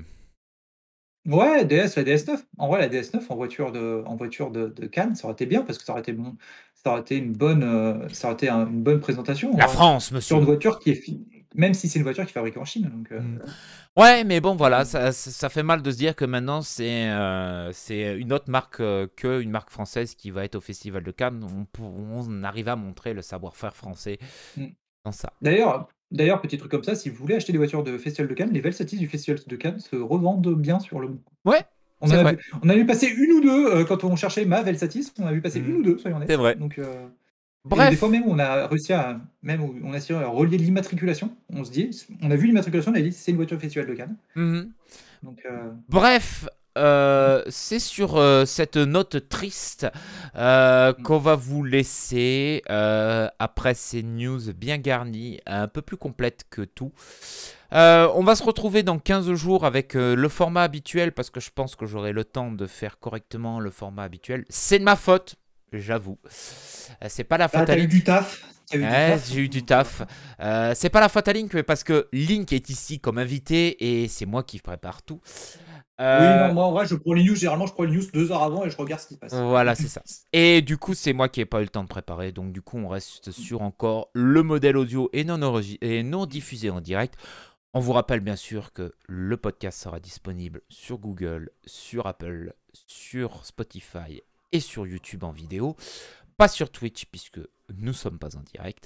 ouais, D S, la D S neuf. En vrai, la D S neuf en voiture de, en voiture de, de Cannes, ça aurait été bien parce que ça aurait été bon, ça aurait été une bonne, euh, ça aurait été un- une bonne présentation en La vrai. France, Sur monsieur. une voiture qui est, fi- même si c'est une voiture qui est fabriquée en Chine. Donc, euh, Mm. Ouais, mais bon, voilà, ça, ça- ça fait mal de se dire que maintenant, c'est euh, c'est une autre marque euh, qu'une marque française qui va être au Festival de Cannes. On, pour- on arrive à montrer le savoir-faire français mm. dans ça. D'ailleurs, d'ailleurs, petit truc comme ça, si vous voulez acheter des voitures de Festival de Cannes, les Velsatis du Festival de Cannes se revendent bien sur le bon coin. Ouais, On c'est en a vrai. vu, on a vu passer une ou deux euh, quand on cherchait ma Velsatis, on a vu passer Mm. une ou deux, soyons honnêtes. C'est vrai. Donc, euh, et des Bref, fois même, on a réussi à, même, on a réussi à relier l'immatriculation. On se dit, on a vu l'immatriculation, on a dit c'est une voiture du Festival de Cannes. mhm. Donc, euh, Bref, euh, c'est sur euh, cette note triste euh, qu'on va vous laisser euh, après ces news bien garnies, un peu plus complètes que tout. Euh, on va se retrouver dans quinze jours avec euh, le format habituel parce que je pense que j'aurai le temps de faire correctement le format habituel. C'est de ma faute, j'avoue. Euh, c'est pas la faute ah, à t'as eu Link. du taf. T'as eu du Ouais, taf. j'ai eu du Donc, taf. Euh, c'est pas la faute à Link, mais parce que Link est ici comme invité et c'est moi qui prépare tout. euh, Oui, Euh, non, moi en vrai, je prends les news. Généralement, je prends les news deux heures avant et je regarde ce qui se passe. Voilà, c'est ça. Et du coup, c'est moi qui n'ai pas eu le temps de préparer. Donc, du coup, on reste sur encore le modèle audio et non, origi- et non diffusé en direct. On vous rappelle bien sûr que le podcast sera disponible sur Google, sur Apple, sur Spotify et sur YouTube en vidéo. Pas sur Twitch puisque nous ne sommes pas en direct.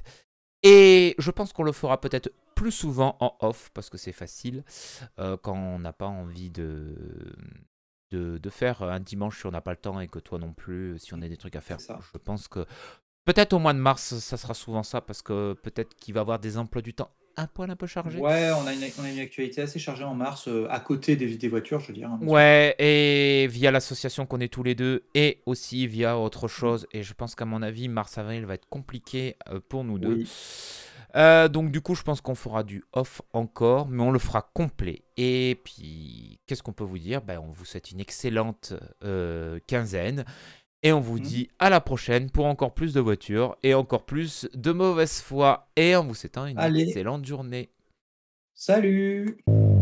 Et je pense qu'on le fera peut-être plus souvent en off parce que c'est facile euh, quand on n'a pas envie de, de, de faire un dimanche si on n'a pas le temps et que toi non plus si on a des trucs à faire. C'est ça. Je pense que peut-être au mois de mars ça sera souvent ça parce que peut-être qu'il va y avoir des emplois du temps un poil un peu chargés. Ouais, on a une, on a une actualité assez chargée en mars, euh, à côté des, des voitures, je veux dire. hein, bien sûr. Ouais, et via l'association qu'on est tous les deux, et aussi via autre chose. Et je pense qu'à mon avis, mars-avril va être compliqué euh, pour nous deux. Oui. Euh, donc du coup, je pense qu'on fera du off encore, mais on le fera complet. Et puis, qu'est-ce qu'on peut vous dire? Ben, on vous souhaite une excellente euh, quinzaine. Et on vous Mhm. dit à la prochaine pour encore plus de voitures et encore plus de mauvaise foi. Et en vous souhaitant une Allez. excellente journée. Salut!